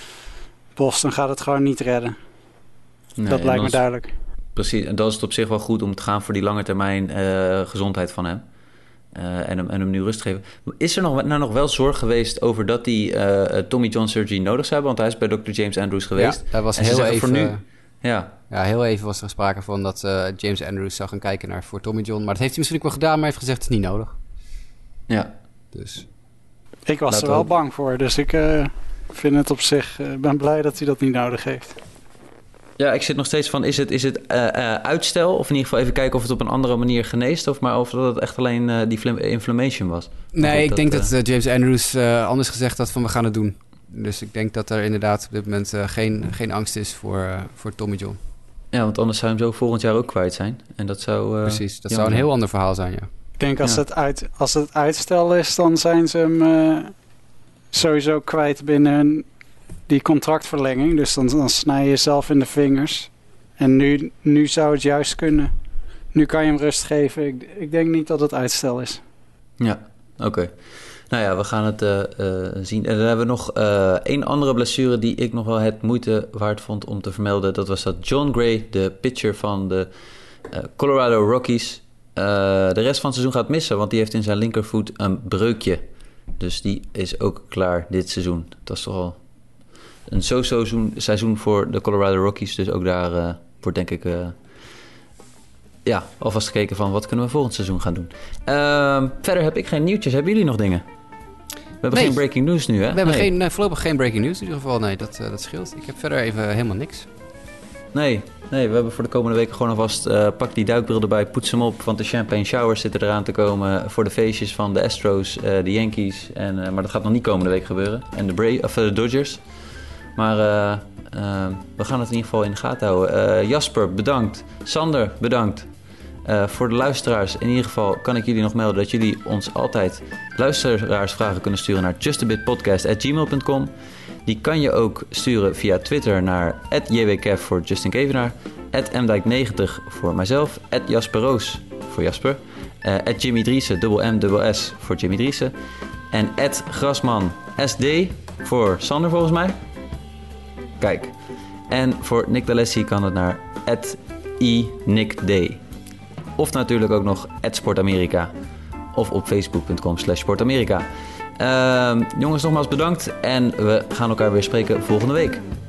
Boston gaat het gewoon niet redden. Nee, dat lijkt me duidelijk. Precies. En dat is het op zich wel goed om te gaan voor die lange termijn uh, gezondheid van hem. Uh, en, hem, en hem nu rust geven. Is er nog, nou nog wel zorg geweest over dat hij uh, Tommy John surgery nodig zou hebben? Want hij is bij dokter James Andrews geweest. Ja, hij was heel even, voor nu, ja. ja, heel even was er sprake van dat uh, James Andrews zou gaan kijken naar voor Tommy John. Maar dat heeft hij misschien ook wel gedaan, maar hij heeft gezegd het is niet nodig. Ja. Dus. Ik was er wel ook bang voor, dus ik uh, vind het op zich... Uh, ben blij dat hij dat niet nodig heeft. Ja, ik zit nog steeds van, is het, is het uh, uh, uitstel? Of in ieder geval even kijken of het op een andere manier geneest? Of maar of dat het echt alleen uh, die flim- inflammation was? Nee, ik dat, denk uh... dat uh, James Andrews uh, anders gezegd had van we gaan het doen. Dus ik denk dat er inderdaad op dit moment uh, geen, geen angst is voor, uh, voor Tommy John. Ja, want anders zou hij hem zo volgend jaar ook kwijt zijn. En dat zou... Uh, Precies, dat zou een heel ander verhaal zijn, ja. Ik denk als, ja. het, uit, als het uitstel is, dan zijn ze hem uh, sowieso kwijt binnen die contractverlenging. Dus dan, dan snij je jezelf in de vingers. En nu, nu zou het juist kunnen. Nu kan je hem rust geven. Ik, ik denk niet dat het uitstel is. Ja, oké. Okay. Nou ja, we gaan het uh, uh, zien. En dan hebben we nog uh, één andere blessure die ik nog wel het moeite waard vond om te vermelden. Dat was dat John Gray, de pitcher van de uh, Colorado Rockies, uh, de rest van het seizoen gaat missen. Want die heeft in zijn linkervoet een breukje. Dus die is ook klaar dit seizoen. Dat is toch al een so-so seizoen, seizoen voor de Colorado Rockies. Dus ook daar uh, wordt denk ik uh, ja, alvast gekeken van wat kunnen we volgend seizoen gaan doen. Uh, verder heb ik geen nieuwtjes. Hebben jullie nog dingen? We hebben nee. geen breaking news nu, hè? We hebben nee. geen, uh, voorlopig geen breaking news in ieder geval. Nee, dat, uh, dat scheelt. Ik heb verder even helemaal niks. Nee, nee, we hebben voor de komende weken gewoon alvast... Uh, pak die duikbril erbij, poets hem op. Want de champagne showers zitten eraan te komen... voor de feestjes van de Astros, uh, de Yankees. En, uh, maar dat gaat nog niet komende week gebeuren. En de, Bra- of, uh, de Dodgers. Maar uh, uh, we gaan het in ieder geval in de gaten houden. Uh, Jasper, bedankt. Sander, bedankt. Uh, voor de luisteraars, in ieder geval kan ik jullie nog melden... dat jullie ons altijd luisteraarsvragen kunnen sturen... naar justabitpodcast at gmail dot com. Die kan je ook sturen via Twitter naar at j w kev voor Justin Kevenaar... at m dijk negentig voor mijzelf... at Jasper Roos voor Jasper... Uh, at Jimmy Driessen, dubbel M, dubbel S voor Jimmy Driessen... en at Grasman S D voor Sander volgens mij. Kijk. En voor Nick D'Alessi kan het naar at i nick d. Of natuurlijk ook nog at sportamerika... of op facebook dot com slash sportamerika. Uh, jongens, nogmaals bedankt en we gaan elkaar weer spreken volgende week.